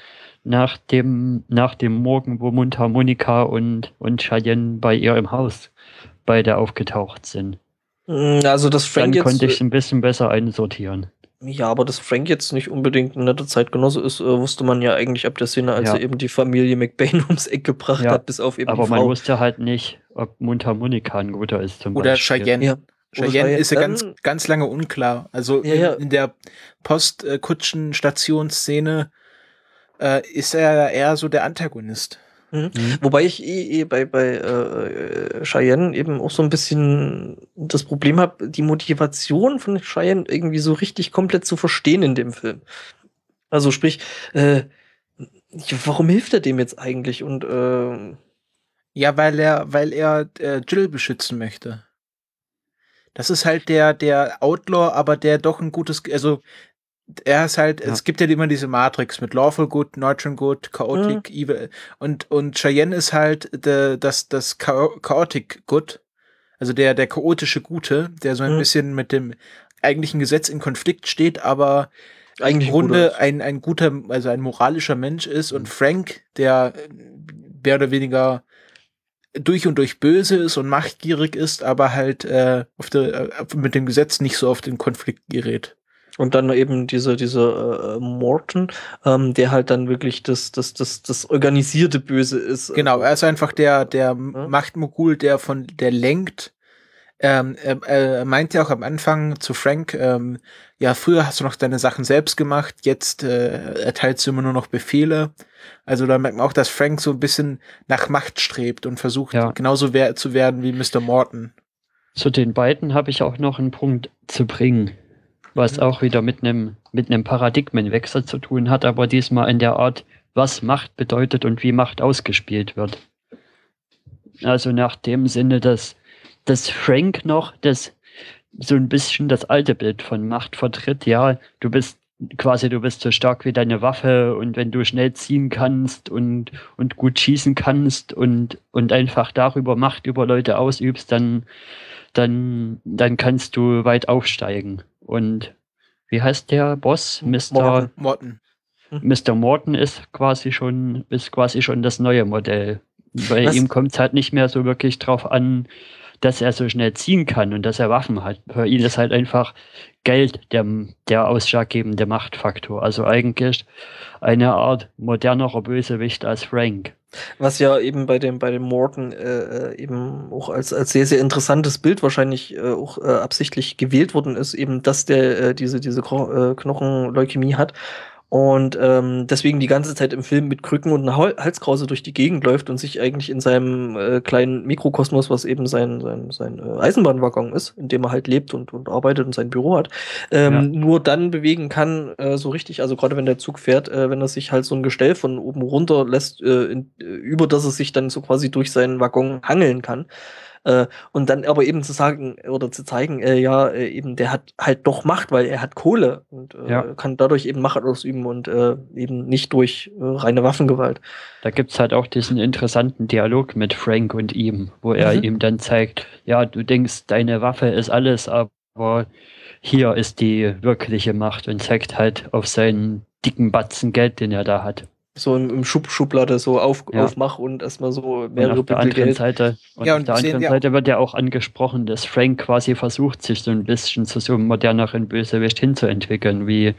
dem Morgen, wo Mundharmonika und Cheyenne bei ihr im Haus beide aufgetaucht sind. Also das Frank dann konnte ich es ein bisschen besser einsortieren. Ja, aber dass Frank jetzt nicht unbedingt ein netter Zeitgenosse ist, wusste man ja eigentlich ab der Szene, als er eben die Familie McBain ums Eck gebracht hat, bis auf eben aber die Frau. Man wusste halt nicht, ob Mundharmonika ein guter ist zum Beispiel. Cheyenne. Ja. Cheyenne ist ja ganz, ganz lange unklar. Also in der Postkutschen-Stationsszene ist er eher so der Antagonist. Wobei ich bei Cheyenne eben auch so ein bisschen das Problem habe, die Motivation von Cheyenne irgendwie so richtig komplett zu verstehen in dem Film. Also sprich, warum hilft er dem jetzt eigentlich? Und ja, weil er Jill beschützen möchte. Das ist halt der Outlaw, aber der doch ein gutes, also er ist halt, es gibt ja immer diese Matrix mit Lawful Good, Neutral Good, Chaotic, Evil und Cheyenne ist halt das Chaotic Good, also der chaotische Gute, der so ein bisschen mit dem eigentlichen Gesetz in Konflikt steht, aber eigentlich im Grunde ein guter, also ein moralischer Mensch ist und Frank, der mehr oder weniger durch und durch böse ist und machtgierig ist, aber halt mit dem Gesetz nicht so oft in Konflikt gerät. Und dann eben diese Morton, der halt dann wirklich das organisierte Böse ist. Genau, er ist einfach der Machtmogul, der lenkt. Er meint ja auch am Anfang zu Frank, ja, früher hast du noch deine Sachen selbst gemacht, jetzt erteilst du immer nur noch Befehle. Also da merkt man auch, dass Frank so ein bisschen nach Macht strebt und versucht, genauso zu werden wie Mr. Morton. Zu den beiden habe ich auch noch einen Punkt zu bringen, was auch wieder mit einem Paradigmenwechsel zu tun hat, aber diesmal in der Art, was Macht bedeutet und wie Macht ausgespielt wird. Also nach dem Sinne, dass Frank noch so ein bisschen das alte Bild von Macht vertritt. Ja, du bist so stark wie deine Waffe, und wenn du schnell ziehen kannst und gut schießen kannst und einfach darüber Macht über Leute ausübst, dann kannst du weit aufsteigen. Und wie heißt der Boss? Morton. Mr. Morton ist quasi schon das neue Modell. Bei ihm kommt es halt nicht mehr so wirklich drauf an, dass er so schnell ziehen kann und dass er Waffen hat. Für ihn ist halt einfach Geld der ausschlaggebende Machtfaktor. Also eigentlich eine Art modernerer Bösewicht als Frank. Was ja eben bei dem Morton eben auch als sehr, sehr interessantes Bild wahrscheinlich auch absichtlich gewählt worden ist, eben, dass der diese Knochenleukämie hat. Und deswegen die ganze Zeit im Film mit Krücken und einer Halskrause durch die Gegend läuft und sich eigentlich in seinem kleinen Mikrokosmos, was eben sein Eisenbahnwaggon ist, in dem er halt lebt und arbeitet und sein Büro hat, nur dann bewegen kann, so richtig, also gerade wenn der Zug fährt, wenn er sich halt so ein Gestell von oben runter lässt, über das er sich dann so quasi durch seinen Waggon hangeln kann. Und dann aber eben zu sagen oder zu zeigen, eben der hat halt doch Macht, weil er hat Kohle und kann dadurch eben Macht ausüben und eben nicht durch reine Waffengewalt. Da gibt's halt auch diesen interessanten Dialog mit Frank und ihm, wo er ihm dann zeigt, ja, du denkst, deine Waffe ist alles, aber hier ist die wirkliche Macht, und zeigt halt auf seinen dicken Batzen Geld, den er da hat. So im Schublade so aufmach und erstmal so mehrere Auf der anderen Seite wird ja auch angesprochen, dass Frank quasi versucht, sich so ein bisschen zu so einem moderneren Bösewicht hinzuentwickeln, wie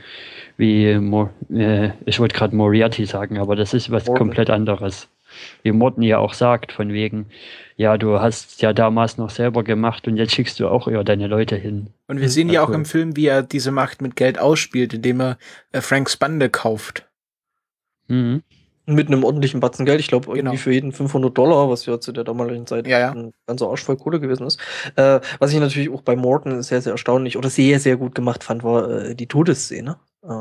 ich wollte gerade Moriarty sagen, aber das ist was komplett anderes. Wie Morton ja auch sagt, von wegen, ja, du hast ja damals noch selber gemacht und jetzt schickst du auch eher deine Leute hin. Und wir sehen ja auch im Film, wie er diese Macht mit Geld ausspielt, indem er Franks Bande kauft. Mhm. Mit einem ordentlichen Batzen Geld, ich glaube irgendwie für jeden $500, was ja zu der damaligen Zeit ein ganzer Arsch voll Kohle gewesen ist. Was ich natürlich auch bei Morton sehr, sehr erstaunlich oder sehr, sehr gut gemacht fand, war die Todesszene.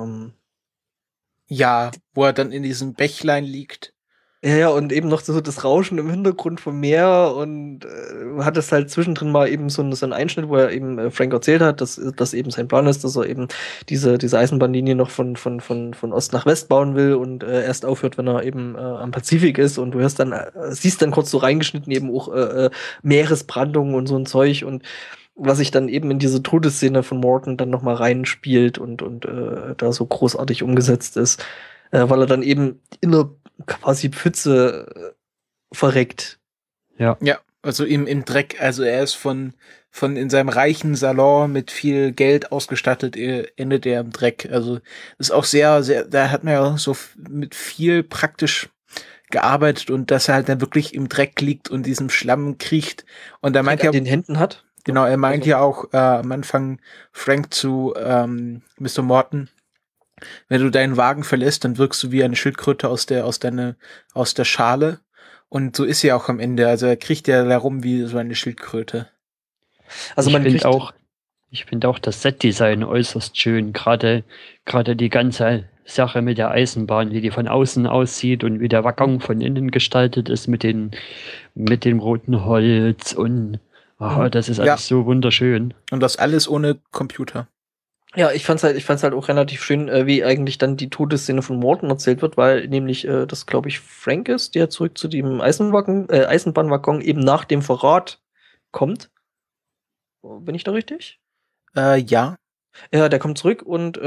Wo er dann in diesem Bächlein liegt. Ja, und eben noch so das Rauschen im Hintergrund vom Meer und hat es halt zwischendrin mal eben so einen Einschnitt, wo er eben Frank erzählt hat, dass eben sein Plan ist, dass er eben diese Eisenbahnlinie noch von Ost nach West bauen will und erst aufhört, wenn er eben am Pazifik ist, und du siehst dann kurz so reingeschnitten eben auch Meeresbrandungen und so ein Zeug, und was sich dann eben in diese Todesszene von Morton dann nochmal reinspielt und da so großartig umgesetzt ist, weil er dann eben in der quasi Pfütze verreckt. Ja, also im Dreck, also er ist von in seinem reichen Salon mit viel Geld ausgestattet, endet er im Dreck. Also ist auch sehr, sehr, da hat man ja so mit viel praktisch gearbeitet, und dass er halt dann wirklich im Dreck liegt und diesem Schlamm kriecht. Und er meint ja, den Händen hat. Genau, er meint ja auch am Anfang Frank zu Mr. Morton: Wenn du deinen Wagen verlässt, dann wirkst du wie eine Schildkröte aus der Schale. Und so ist sie auch am Ende. Also er kriecht ja da rum wie so eine Schildkröte. Also ich finde auch das Setdesign äußerst schön. Gerade die ganze Sache mit der Eisenbahn, wie die von außen aussieht und wie der Waggon von innen gestaltet ist mit dem roten Holz, und das ist alles so wunderschön. Und das alles ohne Computer. Ja, ich fand's halt auch relativ schön, wie eigentlich dann die Todesszene von Morton erzählt wird, weil nämlich das, glaube ich, Frank ist, der zurück zu dem Eisenbahnwaggon eben nach dem Verrat kommt. Bin ich da richtig? Ja. Ja, der kommt zurück und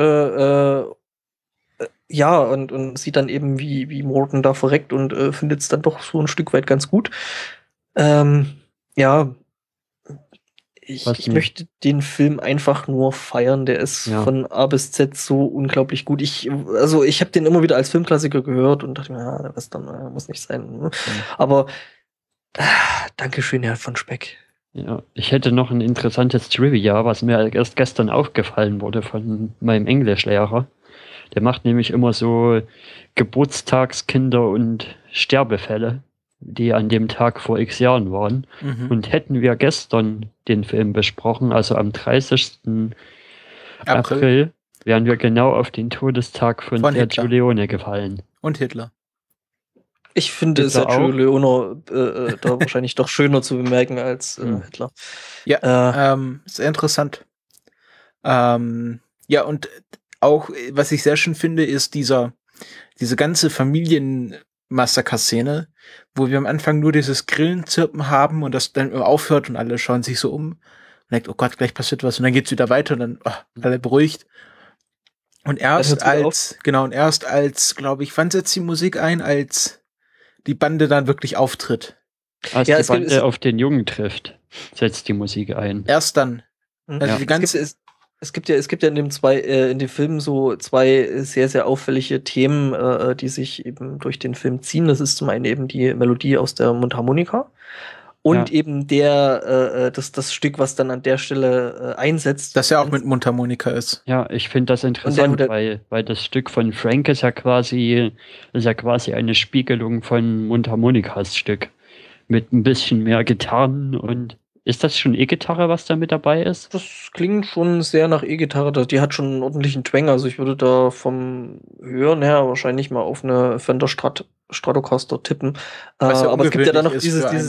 und sieht dann eben, wie Morton da verreckt, und findet es dann doch so ein Stück weit ganz gut. Ich möchte den Film einfach nur feiern. Der ist von A bis Z so unglaublich gut. Ich habe den immer wieder als Filmklassiker gehört und dachte mir, der Western muss nicht sein. Aber Dankeschön, Herr von Speck. Ja, ich hätte noch ein interessantes Trivia, was mir erst gestern aufgefallen wurde von meinem Englischlehrer. Der macht nämlich immer so Geburtstagskinder und Sterbefälle. die an dem Tag vor x Jahren waren. Und hätten wir gestern den Film besprochen, also am 30. April, wären wir genau auf den Todestag von Sergio Leone gefallen. Und Hitler. Ich finde Sergio Leone da wahrscheinlich doch schöner zu bemerken als Hitler. Ja, sehr interessant. Ja, und auch, was ich sehr schön finde, ist diese ganze Familienmassaker-Szene, wo wir am Anfang nur dieses Grillenzirpen haben und das dann aufhört und alle schauen sich so um und denkt, oh Gott, gleich passiert was und dann geht's wieder weiter und dann alle beruhigt. Und erst als, glaube ich, wann setzt die Musik ein, als die Bande dann wirklich auftritt? Als die Bande auf den Jungen trifft, setzt die Musik ein. Erst dann. Also die ganze Es gibt ja in dem Film so zwei sehr, sehr auffällige Themen, die sich eben durch den Film ziehen. Das ist zum einen eben die Melodie aus der Mundharmonika und eben das Stück, was dann an der Stelle einsetzt. Das ja auch mit Mundharmonika ist. Ja, ich finde das interessant, weil das Stück von Frank ist ja quasi eine Spiegelung von Mundharmonikas Stück. Mit ein bisschen mehr Gitarren und ist das schon E-Gitarre, was da mit dabei ist? Das klingt schon sehr nach E-Gitarre. Die hat schon einen ordentlichen Twang. Also ich würde da vom Hören her wahrscheinlich mal auf eine Fender Stratocaster tippen. Aber es gibt ja dann noch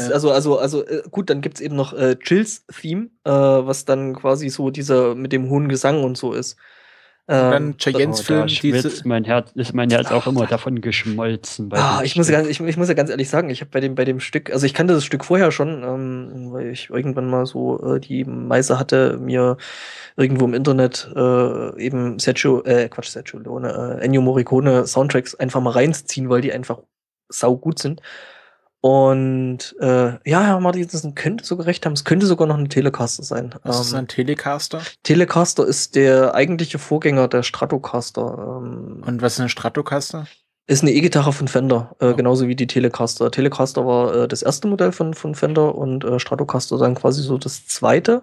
gut, dann gibt's eben noch Chills Theme, was dann quasi so dieser mit dem hohen Gesang und so ist. Dann Cheyennes Film. Ist mein Herz auch immer davon geschmolzen. Ich muss ja ganz ehrlich sagen, ich habe bei dem Stück, also ich kannte das Stück vorher schon, weil ich irgendwann mal so die Meise hatte, mir irgendwo im Internet eben Sergio Leone, Ennio Morricone Soundtracks einfach mal reinziehen, weil die einfach saugut sind. Und Herr Martinsen könnte sogar recht haben, es könnte sogar noch eine Telecaster sein. Was ist ein Telecaster? Telecaster ist der eigentliche Vorgänger der Stratocaster. Und was ist eine Stratocaster? Ist eine E-Gitarre von Fender, genauso wie die Telecaster. Telecaster war das erste Modell von Fender und Stratocaster dann quasi so das zweite.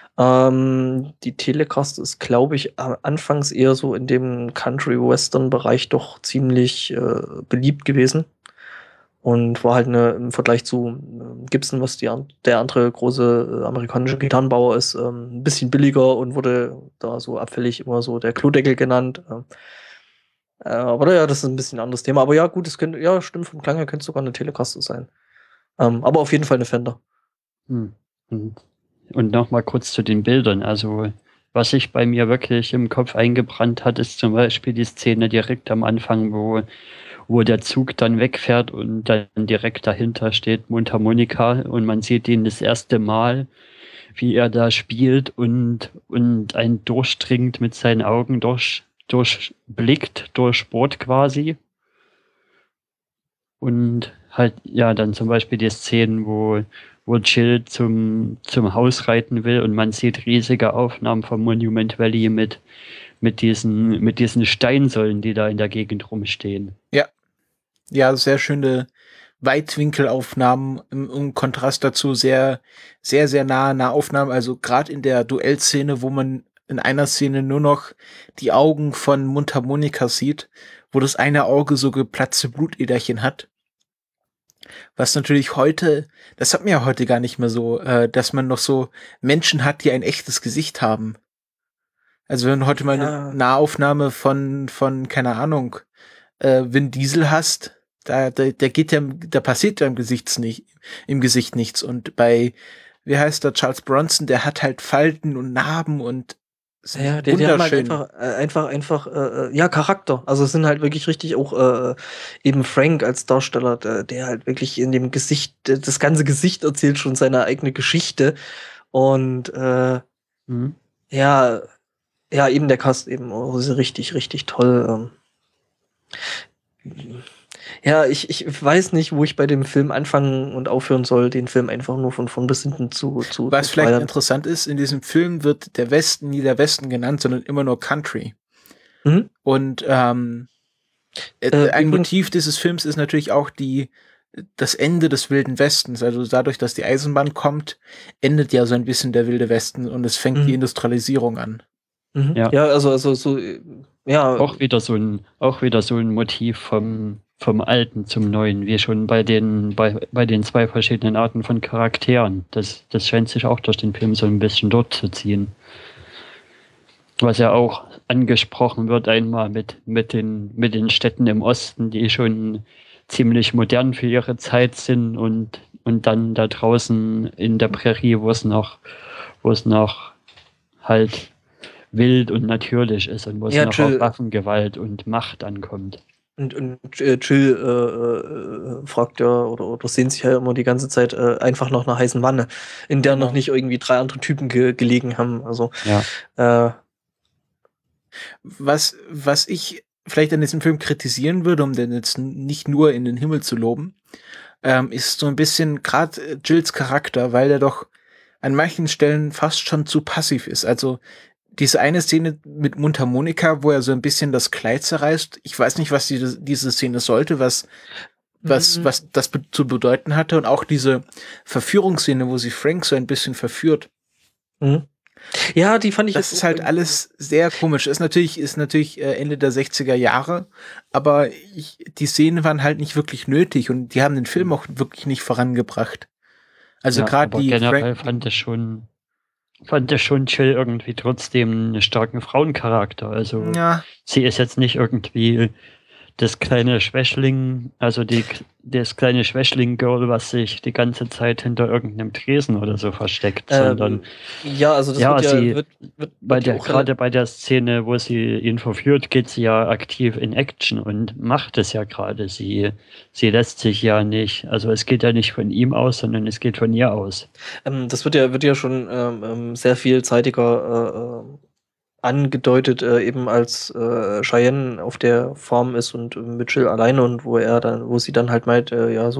Die Telecaster ist, glaube ich, anfangs eher so in dem Country-Western-Bereich doch ziemlich beliebt gewesen. Und war halt im Vergleich zu Gibson, was der andere große amerikanische Gitarrenbauer ist, ein bisschen billiger und wurde da so abfällig immer so der Klodeckel genannt. Aber ja, das ist ein bisschen ein anderes Thema. Aber ja, gut, stimmt, vom Klang her könnte es sogar eine Telecaster sein. Aber auf jeden Fall eine Fender. Und nochmal kurz zu den Bildern. Also, was sich bei mir wirklich im Kopf eingebrannt hat, ist zum Beispiel die Szene direkt am Anfang, wo der Zug dann wegfährt und dann direkt dahinter steht Mundharmonika und man sieht ihn das erste Mal, wie er da spielt und einen durchdringt mit seinen Augen, durchblickt, durchbohrt quasi. Und halt, ja, dann zum Beispiel die Szenen, wo Jill zum Haus reiten will und man sieht riesige Aufnahmen vom Monument Valley mit diesen Steinsäulen, die da in der Gegend rumstehen. Ja, sehr schöne Weitwinkelaufnahmen im Kontrast dazu, sehr, sehr, sehr nahe Aufnahmen. Also gerade in der Duellszene, wo man in einer Szene nur noch die Augen von Mundharmonika sieht, wo das eine Auge so geplatzte Blutäderchen hat. Was natürlich heute, das hat man ja heute gar nicht mehr so, dass man noch so Menschen hat, die ein echtes Gesicht haben. Also wenn du heute mal eine Nahaufnahme von keine Ahnung, Vin Diesel hast, da passiert ja im Gesicht nichts. Und bei, wie heißt der, Charles Bronson, der hat halt Falten und Narben und der hat halt einfach Charakter. Also es sind halt wirklich richtig auch eben Frank als Darsteller, der halt wirklich in dem Gesicht, das ganze Gesicht erzählt schon seine eigene Geschichte. Und eben der Cast eben auch richtig, richtig toll. Ich weiß nicht, wo ich bei dem Film anfangen und aufhören soll, den Film einfach nur von vorn bis hinten zu Was vielleicht interessant ist, in diesem Film wird der Westen nie der Westen genannt, sondern immer nur Country. Und ein Motiv dieses Films ist natürlich auch das Ende des Wilden Westens. Also dadurch, dass die Eisenbahn kommt, endet ja so ein bisschen der Wilde Westen und es fängt die Industrialisierung an. Ja, also so, ja. Auch wieder so ein Motiv vom vom Alten zum Neuen, wie schon bei den 2 verschiedenen Arten von Charakteren. Das scheint sich auch durch den Film so ein bisschen durchzuziehen. Was ja auch angesprochen wird einmal mit den Städten im Osten, die schon ziemlich modern für ihre Zeit sind und dann da draußen in der Prärie, wo es noch halt wild und natürlich ist und wo es noch auf Waffengewalt und Macht ankommt. Und Jill fragt ja oder sehnt sich ja immer die ganze Zeit einfach nach einer heißen Wanne, in der noch nicht irgendwie 3 andere Typen gelegen haben. Also was ich vielleicht an diesem Film kritisieren würde, um den jetzt nicht nur in den Himmel zu loben, ist so ein bisschen gerade Jills Charakter, weil der doch an manchen Stellen fast schon zu passiv ist. Also diese eine Szene mit Mundharmonika, wo er so ein bisschen das Kleid zerreißt. Ich weiß nicht, was diese Szene sollte, was das zu bedeuten hatte. Und auch diese Verführungsszene, wo sie Frank so ein bisschen verführt. Mhm. Ja, die fand ich. Das ist halt alles sehr komisch. Ist natürlich Ende der 60er Jahre, aber die Szenen waren halt nicht wirklich nötig und die haben den Film auch wirklich nicht vorangebracht. Also gerade die generell fand ich schon Jill irgendwie trotzdem einen starken Frauencharakter. Also sie ist jetzt nicht irgendwie das kleine Schwächling, also das kleine Schwächling-Girl, was sich die ganze Zeit hinter irgendeinem Tresen oder so versteckt, sondern also das wird gerade bei der Szene, wo sie ihn verführt, geht sie ja aktiv in Action und macht es ja gerade. Sie lässt sich ja nicht, also es geht ja nicht von ihm aus, sondern es geht von ihr aus. Das wird ja schon sehr vielseitiger angedeutet, eben als Cheyenne auf der Farm ist und mit Jill alleine und wo sie dann halt meint, kannst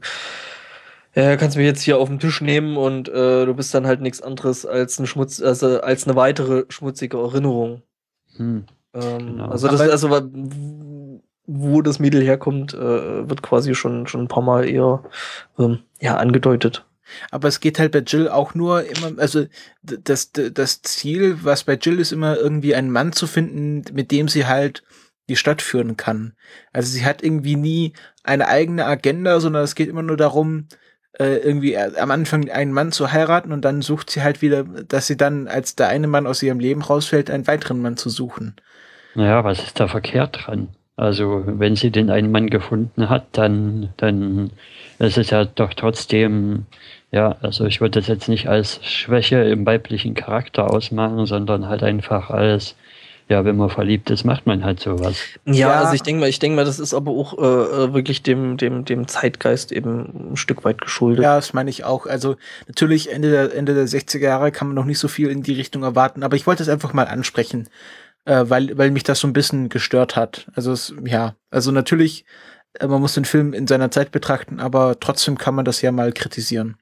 du mich jetzt hier auf den Tisch nehmen und du bist dann halt nichts anderes als als eine weitere schmutzige Erinnerung. Genau. Also wo das Mädel herkommt, wird quasi schon ein paar Mal eher angedeutet. Aber es geht halt bei Jill auch nur immer, also das Ziel, was bei Jill ist, immer irgendwie einen Mann zu finden, mit dem sie halt die Stadt führen kann. Also sie hat irgendwie nie eine eigene Agenda, sondern es geht immer nur darum, irgendwie am Anfang einen Mann zu heiraten und dann sucht sie halt wieder, dass sie dann, als der eine Mann aus ihrem Leben rausfällt, einen weiteren Mann zu suchen. Naja, was ist da verkehrt dran? Also wenn sie den einen Mann gefunden hat, dann ist es ja doch trotzdem, also ich würde das jetzt nicht als Schwäche im weiblichen Charakter ausmachen, sondern halt einfach als, wenn man verliebt ist, macht man halt sowas. Ja, also ich denke mal, das ist aber auch wirklich dem Zeitgeist eben ein Stück weit geschuldet. Ja, das meine ich auch. Also natürlich Ende der 60er Jahre kann man noch nicht so viel in die Richtung erwarten, aber ich wollte es einfach mal ansprechen, weil mich das so ein bisschen gestört hat. Also natürlich, man muss den Film in seiner Zeit betrachten, aber trotzdem kann man das ja mal kritisieren.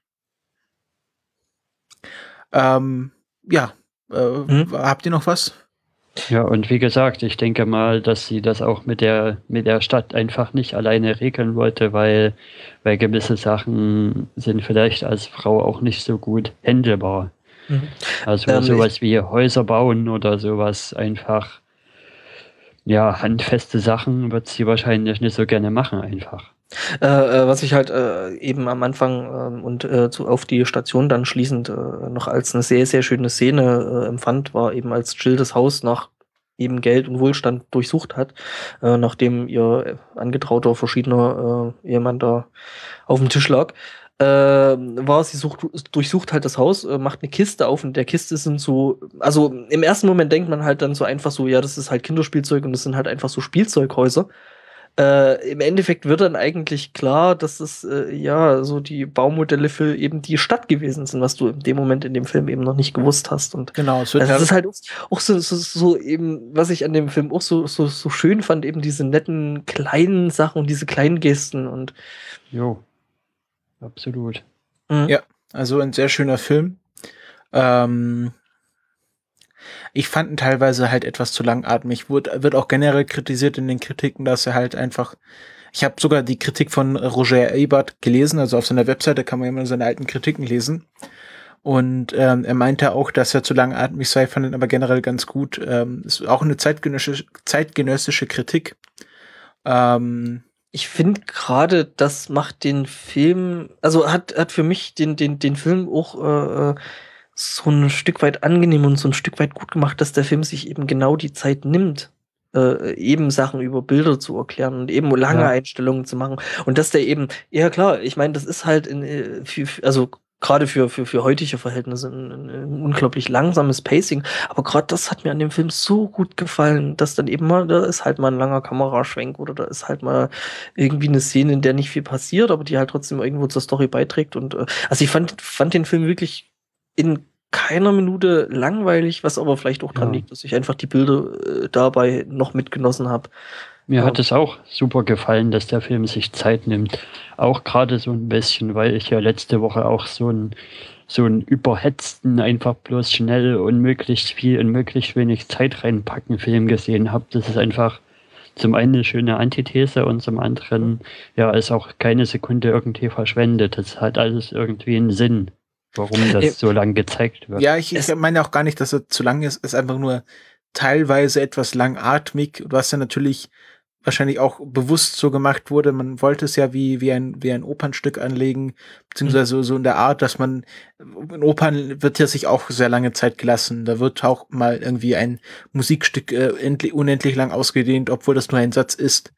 Habt ihr noch was? Ja, und wie gesagt, ich denke mal, dass sie das auch mit der Stadt einfach nicht alleine regeln wollte, weil gewisse Sachen sind vielleicht als Frau auch nicht so gut handelbar. Also sowas wie Häuser bauen oder sowas einfach, handfeste Sachen wird sie wahrscheinlich nicht so gerne machen einfach. Was ich halt eben am Anfang auf die Station dann schließend noch als eine sehr, sehr schöne Szene empfand, war eben als Jill das Haus nach eben Geld und Wohlstand durchsucht hat, nachdem ihr angetrauter verschiedener Ehemann da auf dem Tisch lag. Durchsucht halt das Haus, macht eine Kiste auf und der Kiste sind so, also im ersten Moment denkt man halt dann so einfach so, das ist halt Kinderspielzeug und das sind halt einfach so Spielzeughäuser. Im Endeffekt wird dann eigentlich klar, dass es so die Baumodelle für eben die Stadt gewesen sind, was du in dem Moment in dem Film eben noch nicht gewusst hast. Und genau, das ist halt auch so eben, was ich an dem Film auch so schön fand, eben diese netten kleinen Sachen und diese kleinen Gesten und jo, absolut. Ja, also ein sehr schöner Film. Ich fand ihn teilweise halt etwas zu langatmig. Wird auch generell kritisiert in den Kritiken, dass er halt einfach, ich habe sogar die Kritik von Roger Ebert gelesen, also auf seiner Webseite kann man immer seine alten Kritiken lesen. Und er meinte auch, dass er zu langatmig sei, fand ihn aber generell ganz gut. Ist auch eine zeitgenössische Kritik. Ich finde gerade, das macht den Film, also hat für mich den Film auch so ein Stück weit angenehm und so ein Stück weit gut gemacht, dass der Film sich eben genau die Zeit nimmt, eben Sachen über Bilder zu erklären und eben lange Einstellungen zu machen. Und dass der eben, ja klar, ich meine, das ist halt also gerade für heutige Verhältnisse ein unglaublich langsames Pacing. Aber gerade das hat mir an dem Film so gut gefallen, dass dann eben mal, da ist halt mal ein langer Kameraschwenk oder da ist halt mal irgendwie eine Szene, in der nicht viel passiert, aber die halt trotzdem irgendwo zur Story beiträgt. Und also ich fand den Film wirklich in keiner Minute langweilig, was aber vielleicht auch dran liegt, dass ich einfach die Bilder dabei noch mitgenossen habe. Mir hat es auch super gefallen, dass der Film sich Zeit nimmt. Auch gerade so ein bisschen, weil ich ja letzte Woche auch so einen überhetzten, einfach bloß schnell und möglichst viel in möglichst wenig Zeit reinpacken Film gesehen habe. Das ist einfach zum einen eine schöne Antithese und zum anderen, ja, ist auch keine Sekunde irgendwie verschwendet. Das hat alles irgendwie einen Sinn, warum das so lang gezeigt wird. Ja, ich meine auch gar nicht, dass er zu lang ist. Es ist einfach nur teilweise etwas langatmig, was ja natürlich wahrscheinlich auch bewusst so gemacht wurde. Man wollte es ja wie ein Opernstück anlegen, beziehungsweise so in der Art, dass man, in Opern wird ja sich auch sehr lange Zeit gelassen. Da wird auch mal irgendwie ein Musikstück unendlich lang ausgedehnt, obwohl das nur ein Satz ist.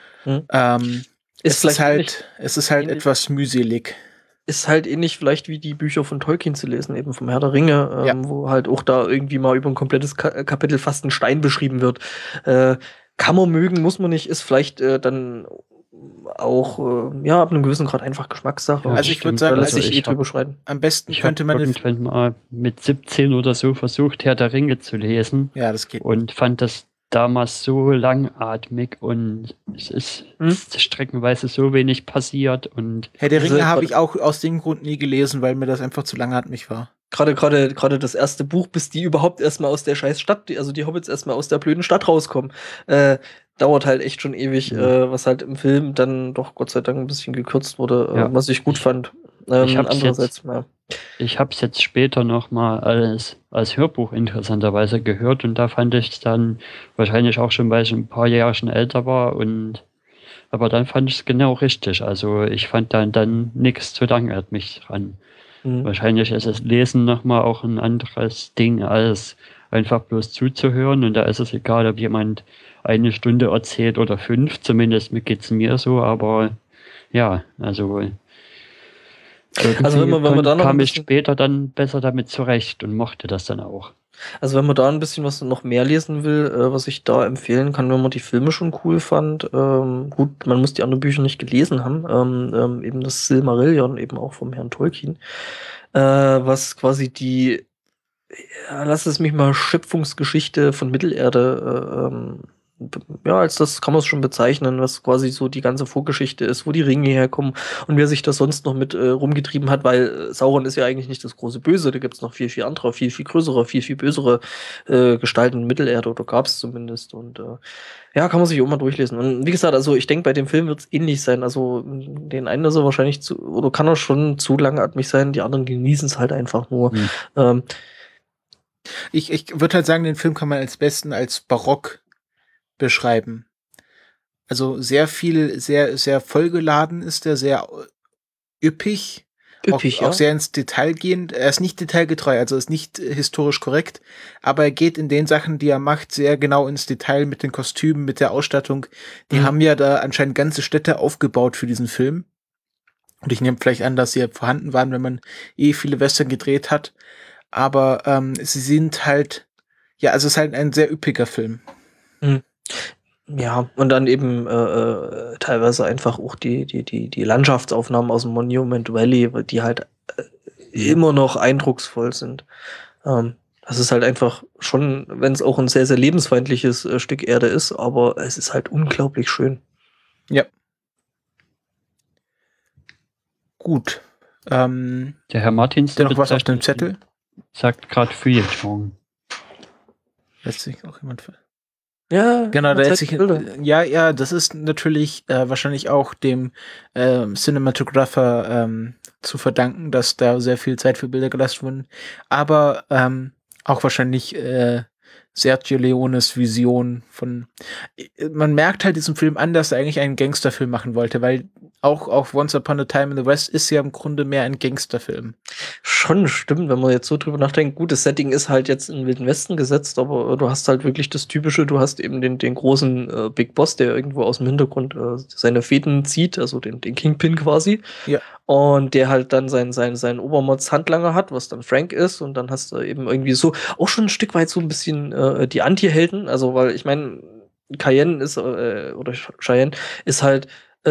Es ist halt etwas mühselig. Ist halt ähnlich vielleicht wie die Bücher von Tolkien zu lesen, eben vom Herr der Ringe, wo halt auch da irgendwie mal über ein komplettes Kapitel fast ein Stein beschrieben wird. Kann man mögen, muss man nicht, ist vielleicht dann auch ab einem gewissen Grad einfach Geschmackssache. Ja, also ich würde sagen, drüber schreiten. Am besten könnte man irgendwann mal mit 17 oder so versucht, Herr der Ringe zu lesen. Ja, das geht. Und fand das damals so langatmig und es ist streckenweise so wenig passiert. Und Herr der Ringe habe ich auch aus dem Grund nie gelesen, weil mir das einfach zu langatmig war. Gerade das erste Buch, bis die überhaupt erstmal aus der scheiß Stadt, also die Hobbits erstmal aus der blöden Stadt rauskommen, dauert halt echt schon ewig, was halt im Film dann doch Gott sei Dank ein bisschen gekürzt wurde, was ich gut fand. Ich hab's jetzt später nochmal als Hörbuch interessanterweise gehört und da fand ich es dann wahrscheinlich auch schon, weil ich ein paar Jahre schon älter war aber dann fand ich es genau richtig. Also ich fand dann nichts zu langatmig dran. Wahrscheinlich ist das Lesen nochmal auch ein anderes Ding, als einfach bloß zuzuhören. Und da ist es egal, ob jemand 1 Stunde erzählt oder 5, zumindest geht's mir so. Aber ja, also wenn man da noch kam ich später dann besser damit zurecht und mochte das dann auch. Also wenn man da ein bisschen was noch mehr lesen will, was ich da empfehlen kann, wenn man die Filme schon cool fand, gut, man muss die anderen Bücher nicht gelesen haben, eben das Silmarillion, eben auch vom Herrn Tolkien, was quasi lass es mich mal Schöpfungsgeschichte von Mittelerde als das kann man es schon bezeichnen, was quasi so die ganze Vorgeschichte ist, wo die Ringe herkommen und wer sich das sonst noch mit rumgetrieben hat, weil Sauron ist ja eigentlich nicht das große Böse, da gibt es noch viel, viel andere, viel, viel größere, viel, viel bösere Gestalten in Mittelerde, oder gab es zumindest. Und kann man sich auch mal durchlesen. Und wie gesagt, also ich denke, bei dem Film wird es ähnlich sein. Also den einen ist er wahrscheinlich kann er schon zu langatmig sein, die anderen genießen es halt einfach nur. Ich würde halt sagen, den Film kann man als barock beschreiben. Also sehr viel, sehr, sehr vollgeladen ist er, sehr üppig, auch sehr ins Detail gehend. Er ist nicht detailgetreu, also ist nicht historisch korrekt, aber er geht in den Sachen, die er macht, sehr genau ins Detail mit den Kostümen, mit der Ausstattung. Die haben ja da anscheinend ganze Städte aufgebaut für diesen Film. Und ich nehme vielleicht an, dass sie vorhanden waren, wenn man viele Western gedreht hat. Aber sie sind halt, also es ist halt ein sehr üppiger Film. Ja, und dann eben teilweise einfach auch die Landschaftsaufnahmen aus dem Monument Valley, die halt immer noch eindrucksvoll sind. Das ist halt einfach schon, wenn es auch ein sehr, sehr lebensfeindliches Stück Erde ist, aber es ist halt unglaublich schön. Ja. Gut. Der Herr Martins, der noch was auf dem Zettel? Sagt gerade Feuilleton. Lässt sich auch jemand Ja, genau, das ist natürlich wahrscheinlich auch dem Cinematographer zu verdanken, dass da sehr viel Zeit für Bilder gelassen wurden, aber auch wahrscheinlich Sergio Leones Vision von. Man merkt halt diesem Film an, dass er eigentlich einen Gangsterfilm machen wollte, weil auch Once Upon a Time in the West ist ja im Grunde mehr ein Gangsterfilm. Schon stimmt, wenn man jetzt so drüber nachdenkt. Gut, das Setting ist halt jetzt in den Wilden Westen gesetzt, aber du hast halt wirklich das Typische, du hast eben den großen Big Boss, der irgendwo aus dem Hintergrund seine Fäden zieht, also den Kingpin quasi. Ja. Und der halt dann seinen Obermods-Handlanger hat, was dann Frank ist. Und dann hast du eben irgendwie so auch schon ein Stück weit so ein bisschen die Anti-Helden. Also, weil ich meine, Cheyenne ist halt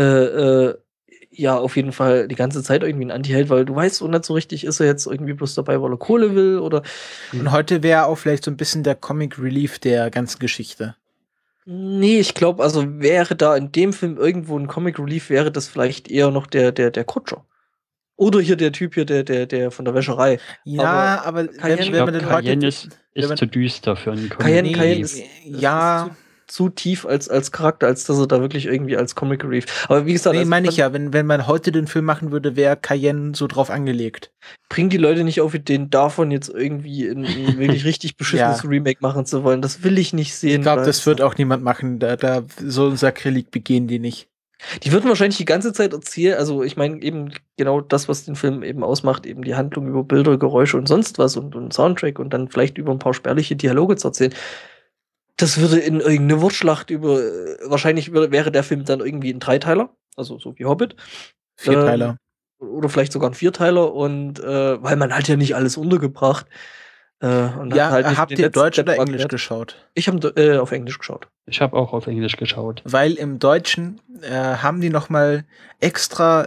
ja, auf jeden Fall die ganze Zeit irgendwie ein Anti-Held, weil du weißt nicht so richtig, ist er jetzt irgendwie bloß dabei, weil er Kohle will oder. Und heute wäre auch vielleicht so ein bisschen der Comic Relief der ganzen Geschichte. Nee, ich glaube, also wäre da in dem Film irgendwo ein Comic Relief, wäre das vielleicht eher noch der Kutscher. Oder hier der Typ hier, der von der Wäscherei. Ja, aber Cayenne ist zu düster für einen Comic. Cayenne ist zu tief als Charakter, als dass er da wirklich irgendwie als Comic Relief. Aber wie gesagt, meine ich ja, wenn man heute den Film machen würde, wäre Cayenne so drauf angelegt. Bringt die Leute nicht auf Ideen, davon jetzt irgendwie ein wirklich richtig beschissenes Remake machen zu wollen. Das will ich nicht sehen. Ich glaube, das wird auch niemand machen. Da so ein Sakrileg begehen die nicht. Die würden wahrscheinlich die ganze Zeit erzählen, also ich meine eben genau das, was den Film eben ausmacht, eben die Handlung über Bilder, Geräusche und sonst was und Soundtrack und dann vielleicht über ein paar spärliche Dialoge zu erzählen. Das würde in irgendeine Wortschlacht wahrscheinlich wäre der Film dann irgendwie ein Dreiteiler, also so wie Hobbit. Vierteiler. Oder vielleicht sogar ein Vierteiler und weil man hat ja nicht alles untergebracht. Und habt ihr Deutsch oder Englisch geschaut? Ich habe auf Englisch geschaut. Ich habe auch auf Englisch geschaut. Weil im Deutschen haben die nochmal extra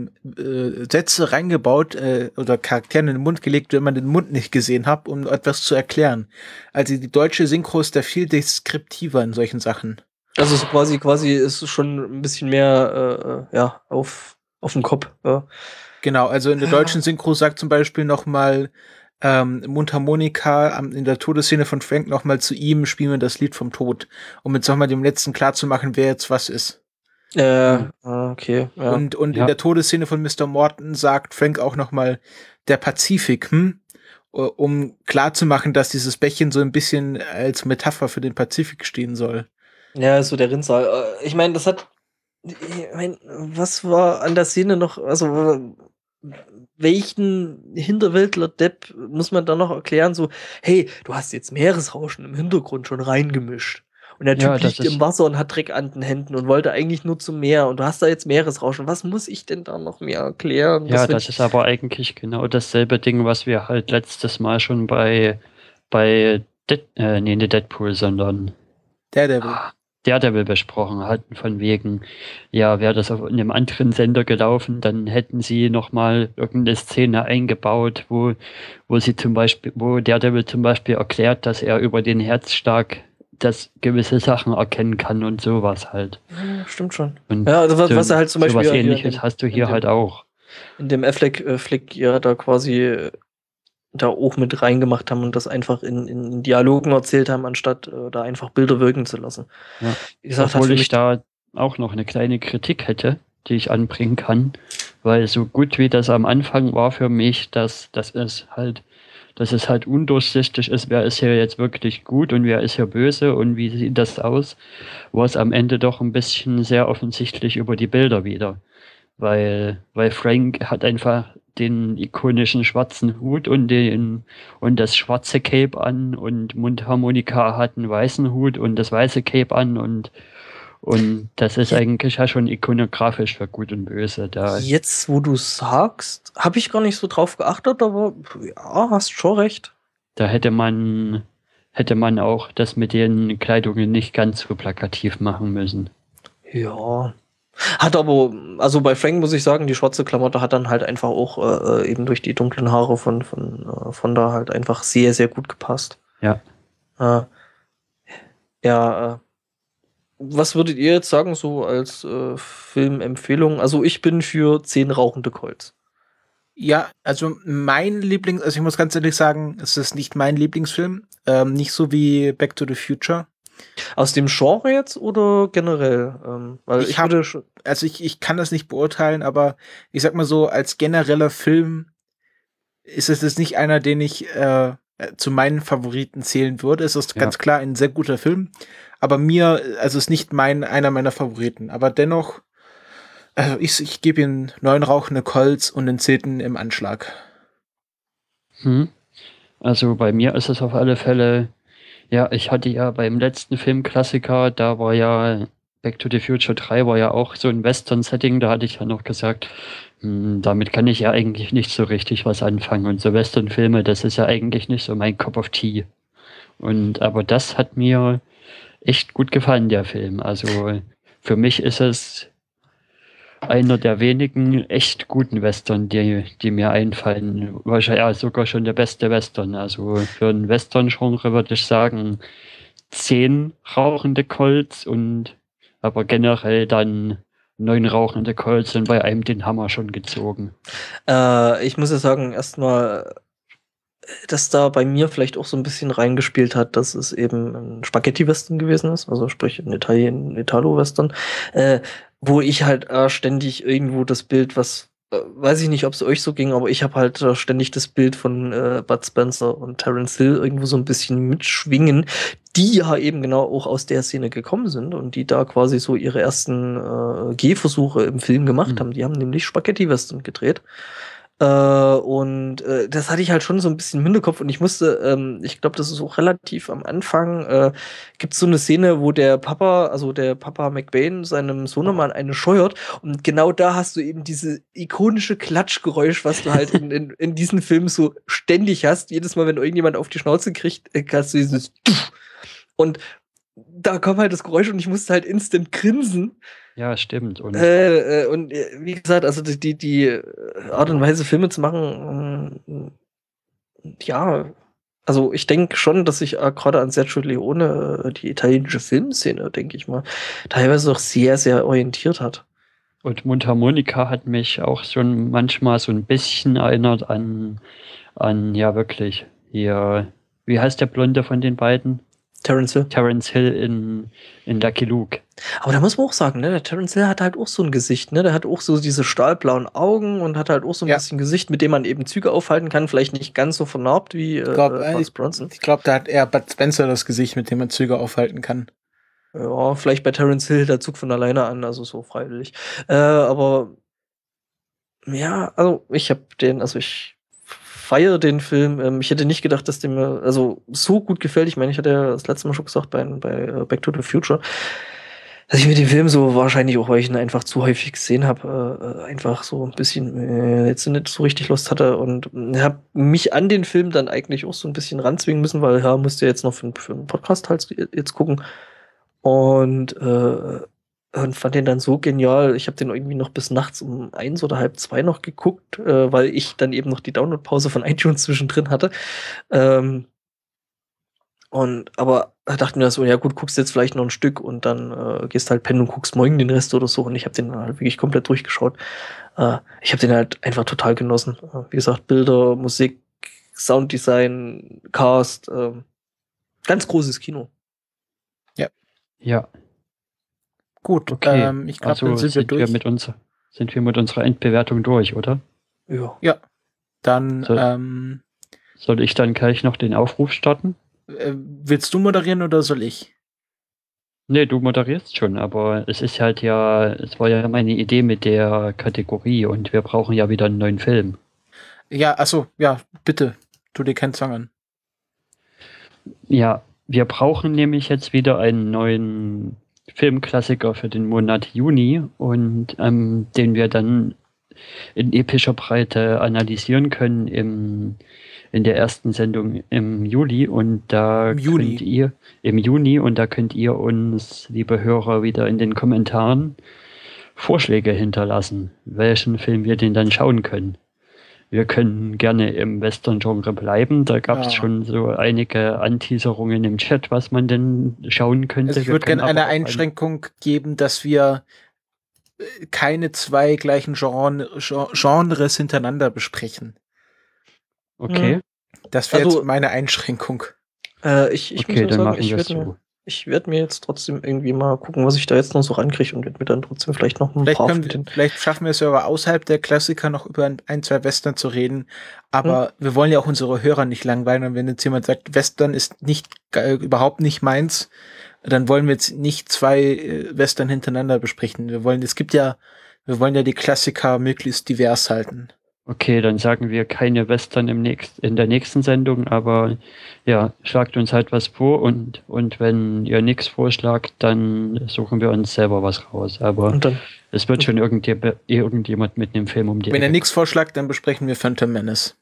Sätze reingebaut oder Charakteren in den Mund gelegt, wenn man den Mund nicht gesehen hat, um etwas zu erklären. Also die deutsche Synchro ist da viel deskriptiver in solchen Sachen. Also so quasi ist es schon ein bisschen mehr auf dem Kopf. Genau, also in der deutschen Synchro sagt zum Beispiel nochmal Mundharmonika in der Todesszene von Frank nochmal zu ihm, spielen wir das Lied vom Tod, um jetzt nochmal dem Letzten klarzumachen, wer jetzt was ist. Okay. Ja. Und in der Todesszene von Mr. Morton sagt Frank auch nochmal der Pazifik, um klarzumachen, dass dieses Bächchen so ein bisschen als Metapher für den Pazifik stehen soll. Ja, so der Rinnsal. Ich meine, was war an der Szene noch, also welchen Hinterwäldler-Depp muss man da noch erklären, so, hey, du hast jetzt Meeresrauschen im Hintergrund schon reingemischt. Und der Typ liegt im Wasser und hat Dreck an den Händen und wollte eigentlich nur zum Meer. Und du hast da jetzt Meeresrauschen. Was muss ich denn da noch mehr erklären? Ja, das ist aber eigentlich genau dasselbe Ding, was wir halt letztes Mal schon bei nicht Deadpool, sondern Daredevil besprochen hatten, von wegen, ja, wäre das auf einem anderen Sender gelaufen, dann hätten sie nochmal irgendeine Szene eingebaut, wo Daredevil zum Beispiel erklärt, dass er über den Herzschlag das gewisse Sachen erkennen kann und sowas halt. Ja, stimmt schon. Und ja, also was er halt zum Beispiel sowas Ähnliches hast du hier halt auch. In dem Affleck ja da quasi da auch mit reingemacht haben und das einfach in Dialogen erzählt haben, anstatt da einfach Bilder wirken zu lassen. Ja. Wie gesagt, obwohl ich da auch noch eine kleine Kritik hätte, die ich anbringen kann, weil so gut wie das am Anfang war für mich, dass es halt undurchsichtig ist, wer ist hier jetzt wirklich gut und wer ist hier böse und wie sieht das aus, war es am Ende doch ein bisschen sehr offensichtlich über die Bilder wieder. Weil Frank hat einfach den ikonischen schwarzen Hut und das schwarze Cape an und Mundharmonika hat einen weißen Hut und das weiße Cape an und das ist eigentlich ja schon ikonografisch für Gut und Böse. Da jetzt, wo du sagst, habe ich gar nicht so drauf geachtet, aber ja, hast schon recht. Da hätte man auch das mit den Kleidungen nicht ganz so plakativ machen müssen. Ja. Hat aber, also bei Frank muss ich sagen, die schwarze Klamotte hat dann halt einfach auch eben durch die dunklen Haare von da halt einfach sehr, sehr gut gepasst. Ja. Was würdet ihr jetzt sagen, so als Filmempfehlung? Also ich bin für 10 rauchende Colts. Ja, also ich muss ganz ehrlich sagen, es ist nicht mein Lieblingsfilm. Nicht so wie Back to the Future. Aus dem Genre jetzt oder generell? Weil ich kann das nicht beurteilen, aber ich sag mal so, als genereller Film ist es jetzt nicht einer, den ich zu meinen Favoriten zählen würde. Es ist ganz klar ein sehr guter Film, aber ist nicht einer meiner Favoriten. Aber dennoch, ich gebe ihm 9 rauchende Colts und den 10. im Anschlag. Also bei mir ist es auf alle Fälle, ich hatte ja beim letzten Filmklassiker, da war ja Back to the Future 3 war ja auch so ein Western-Setting, da hatte ich ja noch gesagt, damit kann ich ja eigentlich nicht so richtig was anfangen. Und so Western-Filme, das ist ja eigentlich nicht so mein Cup of Tea. Aber das hat mir echt gut gefallen, der Film. Also für mich ist es einer der wenigen echt guten Western, die mir einfallen. Wahrscheinlich sogar schon der beste Western. Also für ein Western-Genre würde ich sagen 10 rauchende Colts aber generell dann 9 rauchende Colts und bei einem den Hammer schon gezogen. Ich muss ja sagen, erstmal, dass da bei mir vielleicht auch so ein bisschen reingespielt hat, dass es eben ein Spaghetti-Western gewesen ist, also sprich ein Italo-Western, wo ich halt ständig irgendwo das Bild, weiß ich nicht, ob es euch so ging, aber ich habe halt ständig das Bild von Bud Spencer und Terence Hill irgendwo so ein bisschen mitschwingen, die ja eben genau auch aus der Szene gekommen sind und die da quasi so ihre ersten Gehversuche im Film gemacht haben. Die haben nämlich Spaghetti-Western gedreht. Das hatte ich halt schon so ein bisschen im Hinterkopf und ich musste, ich glaube, das ist auch relativ am Anfang, gibt es so eine Szene, wo der Papa McBain seinem Sohnemann eine scheuert und genau da hast du eben diese ikonische Klatschgeräusch, was du halt in diesen Filmen so ständig hast. Jedes Mal, wenn irgendjemand auf die Schnauze kriegt, hast du dieses und da kommt halt das Geräusch und ich musste halt instant grinsen. Ja, stimmt. Und wie gesagt, also die Art und Weise, Filme zu machen, also ich denke schon, dass sich gerade an Sergio Leone die italienische Filmszene, denke ich mal, teilweise auch sehr, sehr orientiert hat. Und Mundharmonika hat mich auch schon manchmal so ein bisschen erinnert an wirklich, hier, wie heißt der Blonde von den beiden? Terence Hill in Lucky Luke. Aber da muss man auch sagen, ne, der Terence Hill hat halt auch so ein Gesicht, ne? Der hat auch so diese stahlblauen Augen und hat halt auch so ein bisschen Gesicht, mit dem man eben Züge aufhalten kann. Vielleicht nicht ganz so vernarbt wie Bud Bronson. Ich glaube, da hat eher Bud Spencer das Gesicht, mit dem man Züge aufhalten kann. Ja, vielleicht bei Terence Hill der Zug von alleine an, also so freiwillig. Aber ja, also ich feiere den Film. Ich hätte nicht gedacht, dass der mir so gut gefällt. Ich meine, ich hatte ja das letzte Mal schon gesagt bei Back to the Future, dass ich mir den Film so wahrscheinlich auch, weil ich ihn einfach zu häufig gesehen habe, einfach so ein bisschen jetzt nicht so richtig Lust hatte und habe mich an den Film dann eigentlich auch so ein bisschen ranzwingen müssen, weil musste jetzt noch für einen Podcast halt jetzt gucken und fand den dann so genial. Ich habe den irgendwie noch bis nachts um 1 oder halb 2 noch geguckt, weil ich dann eben noch die Download-Pause von iTunes zwischendrin hatte. Aber da dachte mir so, ja gut, guckst jetzt vielleicht noch ein Stück und dann gehst halt pennen und guckst morgen den Rest oder so. Und ich habe den halt wirklich komplett durchgeschaut. Ich habe den halt einfach total genossen. Wie gesagt, Bilder, Musik, Sounddesign, Cast, ganz großes Kino. Ja. Gut, okay. Ich glaube, dann sind wir durch. Sind wir mit unserer Endbewertung durch, oder? Ja. Dann soll ich dann gleich noch den Aufruf starten? Willst du moderieren oder soll ich? Nee, du moderierst schon, aber es war ja meine Idee mit der Kategorie und wir brauchen ja wieder einen neuen Film. Ja, achso, ja, bitte, tu dir keinen Zwang an. Ja, wir brauchen nämlich jetzt wieder einen neuen Filmklassiker für den Monat Juni und den wir dann in epischer Breite analysieren können in der ersten Sendung im Juli und da könnt ihr uns, liebe Hörer, wieder in den Kommentaren Vorschläge hinterlassen, welchen Film wir denn dann schauen können. Wir können gerne im Western-Genre bleiben. Da gab es schon so einige Anteaserungen im Chat, was man denn schauen könnte. Also ich würde gerne eine Einschränkung geben, dass wir keine 2 gleichen Genres hintereinander besprechen. Okay. Das wäre jetzt meine Einschränkung. Ich muss dann sagen, machen wir es so. Ich werde mir jetzt trotzdem irgendwie mal gucken, was ich da jetzt noch so rankriege und werde mir dann trotzdem vielleicht noch ein paar Vielleicht schaffen wir es ja aber außerhalb der Klassiker noch über ein, zwei Western zu reden. Aber wir wollen ja auch unsere Hörer nicht langweilen. Und wenn jetzt jemand sagt, Western ist überhaupt nicht meins, dann wollen wir jetzt nicht zwei Western hintereinander besprechen. Wir wollen ja die Klassiker möglichst divers halten. Okay, dann sagen wir keine Western in der nächsten Sendung, aber ja, schlagt uns halt was vor und wenn ihr nichts vorschlagt, dann suchen wir uns selber was raus. Aber es wird schon irgendjemand mit einem Film um die Wenn er nichts vorschlägt, dann besprechen wir Phantom Menace.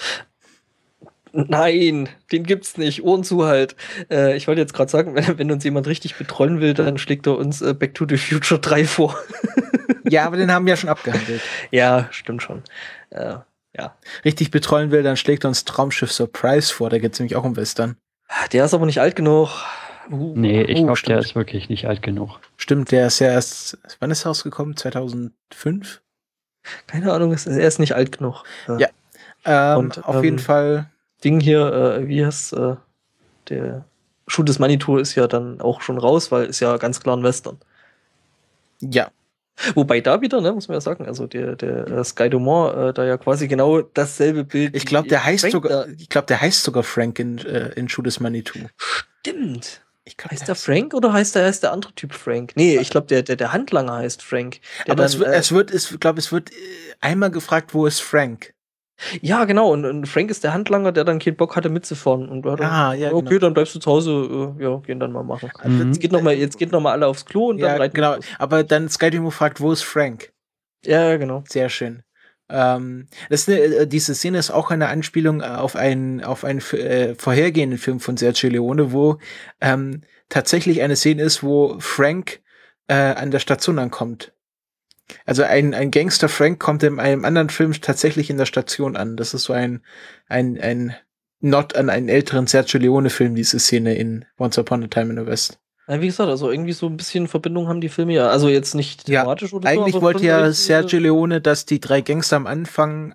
Nein, den gibt's nicht. Ohren zu halt. Ich wollte jetzt gerade sagen, wenn uns jemand richtig betreuen will, dann schlägt er uns Back to the Future 3 vor. Ja, aber den haben wir ja schon abgehandelt. Ja, stimmt schon. Ja. Richtig betreuen will, dann schlägt er uns Traumschiff Surprise vor. Da geht's nämlich auch um Western. Der ist aber nicht alt genug. Nee, ich glaube, der ist wirklich nicht alt genug. Stimmt, der ist ja erst, wann ist er rausgekommen? 2005? Keine Ahnung, er ist nicht alt genug. Ja, und auf jeden Fall. Ding hier, wie heißt der Schuh des Manitou ist ja dann auch schon raus, weil ist ja ganz klar ein Western. Ja. Wobei da wieder, ne, muss man ja sagen, also der Sky Dumont da ja quasi genau dasselbe Bild. Ich glaube, der heißt sogar Frank in Schuh des Manitou. Stimmt. Heißt der Frank oder heißt der andere Typ Frank? Nee, ich glaube, der Handlanger heißt Frank. Aber es wird einmal gefragt, wo ist Frank? Ja, genau. Und Frank ist der Handlanger, der dann keinen Bock hatte mitzufahren. Und okay, genau. Dann bleibst du zu Hause. Gehen dann mal machen. Jetzt geht noch mal alle aufs Klo und dann reiten. Genau. Aber dann Sky Dumont fragt, wo ist Frank? Ja, genau. Sehr schön. Diese Szene ist auch eine Anspielung auf einen vorhergehenden Film von Sergio Leone, wo tatsächlich eine Szene ist, wo Frank an der Station ankommt. Also ein Gangster Frank kommt in einem anderen Film tatsächlich in der Station an. Das ist so ein Not an einen älteren Sergio Leone-Film, diese Szene in Once Upon a Time in the West. Ja, wie gesagt, also irgendwie so ein bisschen Verbindung haben die Filme ja. Also jetzt nicht thematisch oder so. Eigentlich wollte ja Sergio Leone, dass die drei Gangster am Anfang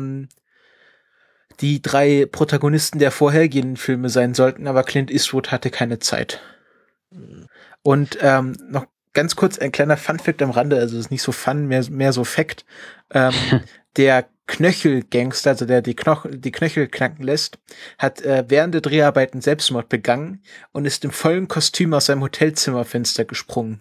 die drei Protagonisten der vorhergehenden Filme sein sollten, aber Clint Eastwood hatte keine Zeit. Und noch ganz kurz ein kleiner Fun-Fact am Rande, also es ist nicht so Fun, mehr so Fact. Der Knöchel-Gangster, also der die Knöchel knacken lässt, hat während der Dreharbeiten Selbstmord begangen und ist im vollen Kostüm aus seinem Hotelzimmerfenster gesprungen.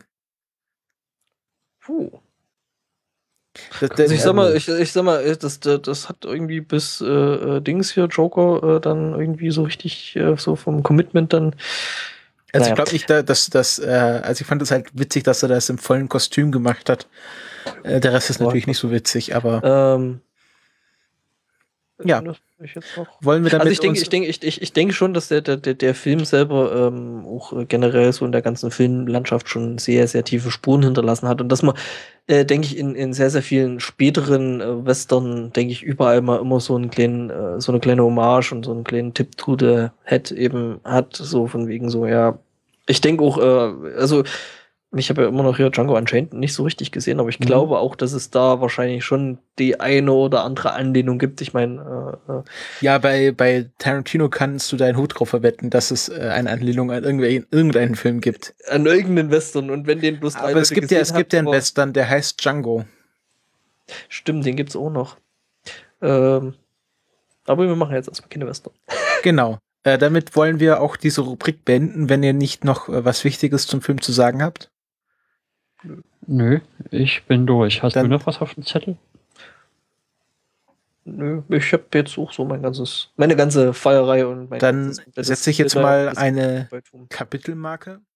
Also ich sag mal, das hat irgendwie bis Dings hier, Joker, dann irgendwie so richtig so vom Commitment dann. Also ich glaube nicht, also ich fand es halt witzig, dass er das im vollen Kostüm gemacht hat. Der Rest ist natürlich nicht so witzig, aber ja. Wollen wir damit also ich denke schon, dass der Film selber auch generell so in der ganzen Filmlandschaft schon sehr, sehr tiefe Spuren hinterlassen hat und dass man, denke ich, in sehr, sehr vielen späteren Western, denke ich, überall mal immer so eine kleine Hommage und so einen kleinen Tip to the Head eben hat, so von wegen so, ja. Ich denke auch, also ich habe ja immer noch hier Django Unchained nicht so richtig gesehen, aber ich glaube auch, dass es da wahrscheinlich schon die eine oder andere Anlehnung gibt. Ich meine, ja, bei Tarantino kannst du deinen Hut drauf verwetten, dass es eine Anlehnung an irgendeinen Film gibt. An irgendeinen Western und wenn den bloß aber es gibt ja einen Western, der heißt Django. Stimmt, den gibt's auch noch. Aber wir machen jetzt erstmal keine Western. Genau. Damit wollen wir auch diese Rubrik beenden, wenn ihr nicht noch was Wichtiges zum Film zu sagen habt. Nö, ich bin durch. Hast du noch was auf dem Zettel? Nö, ich habe jetzt auch so meine ganze Feierei und dann setze ich jetzt mal eine Kapitelmarke.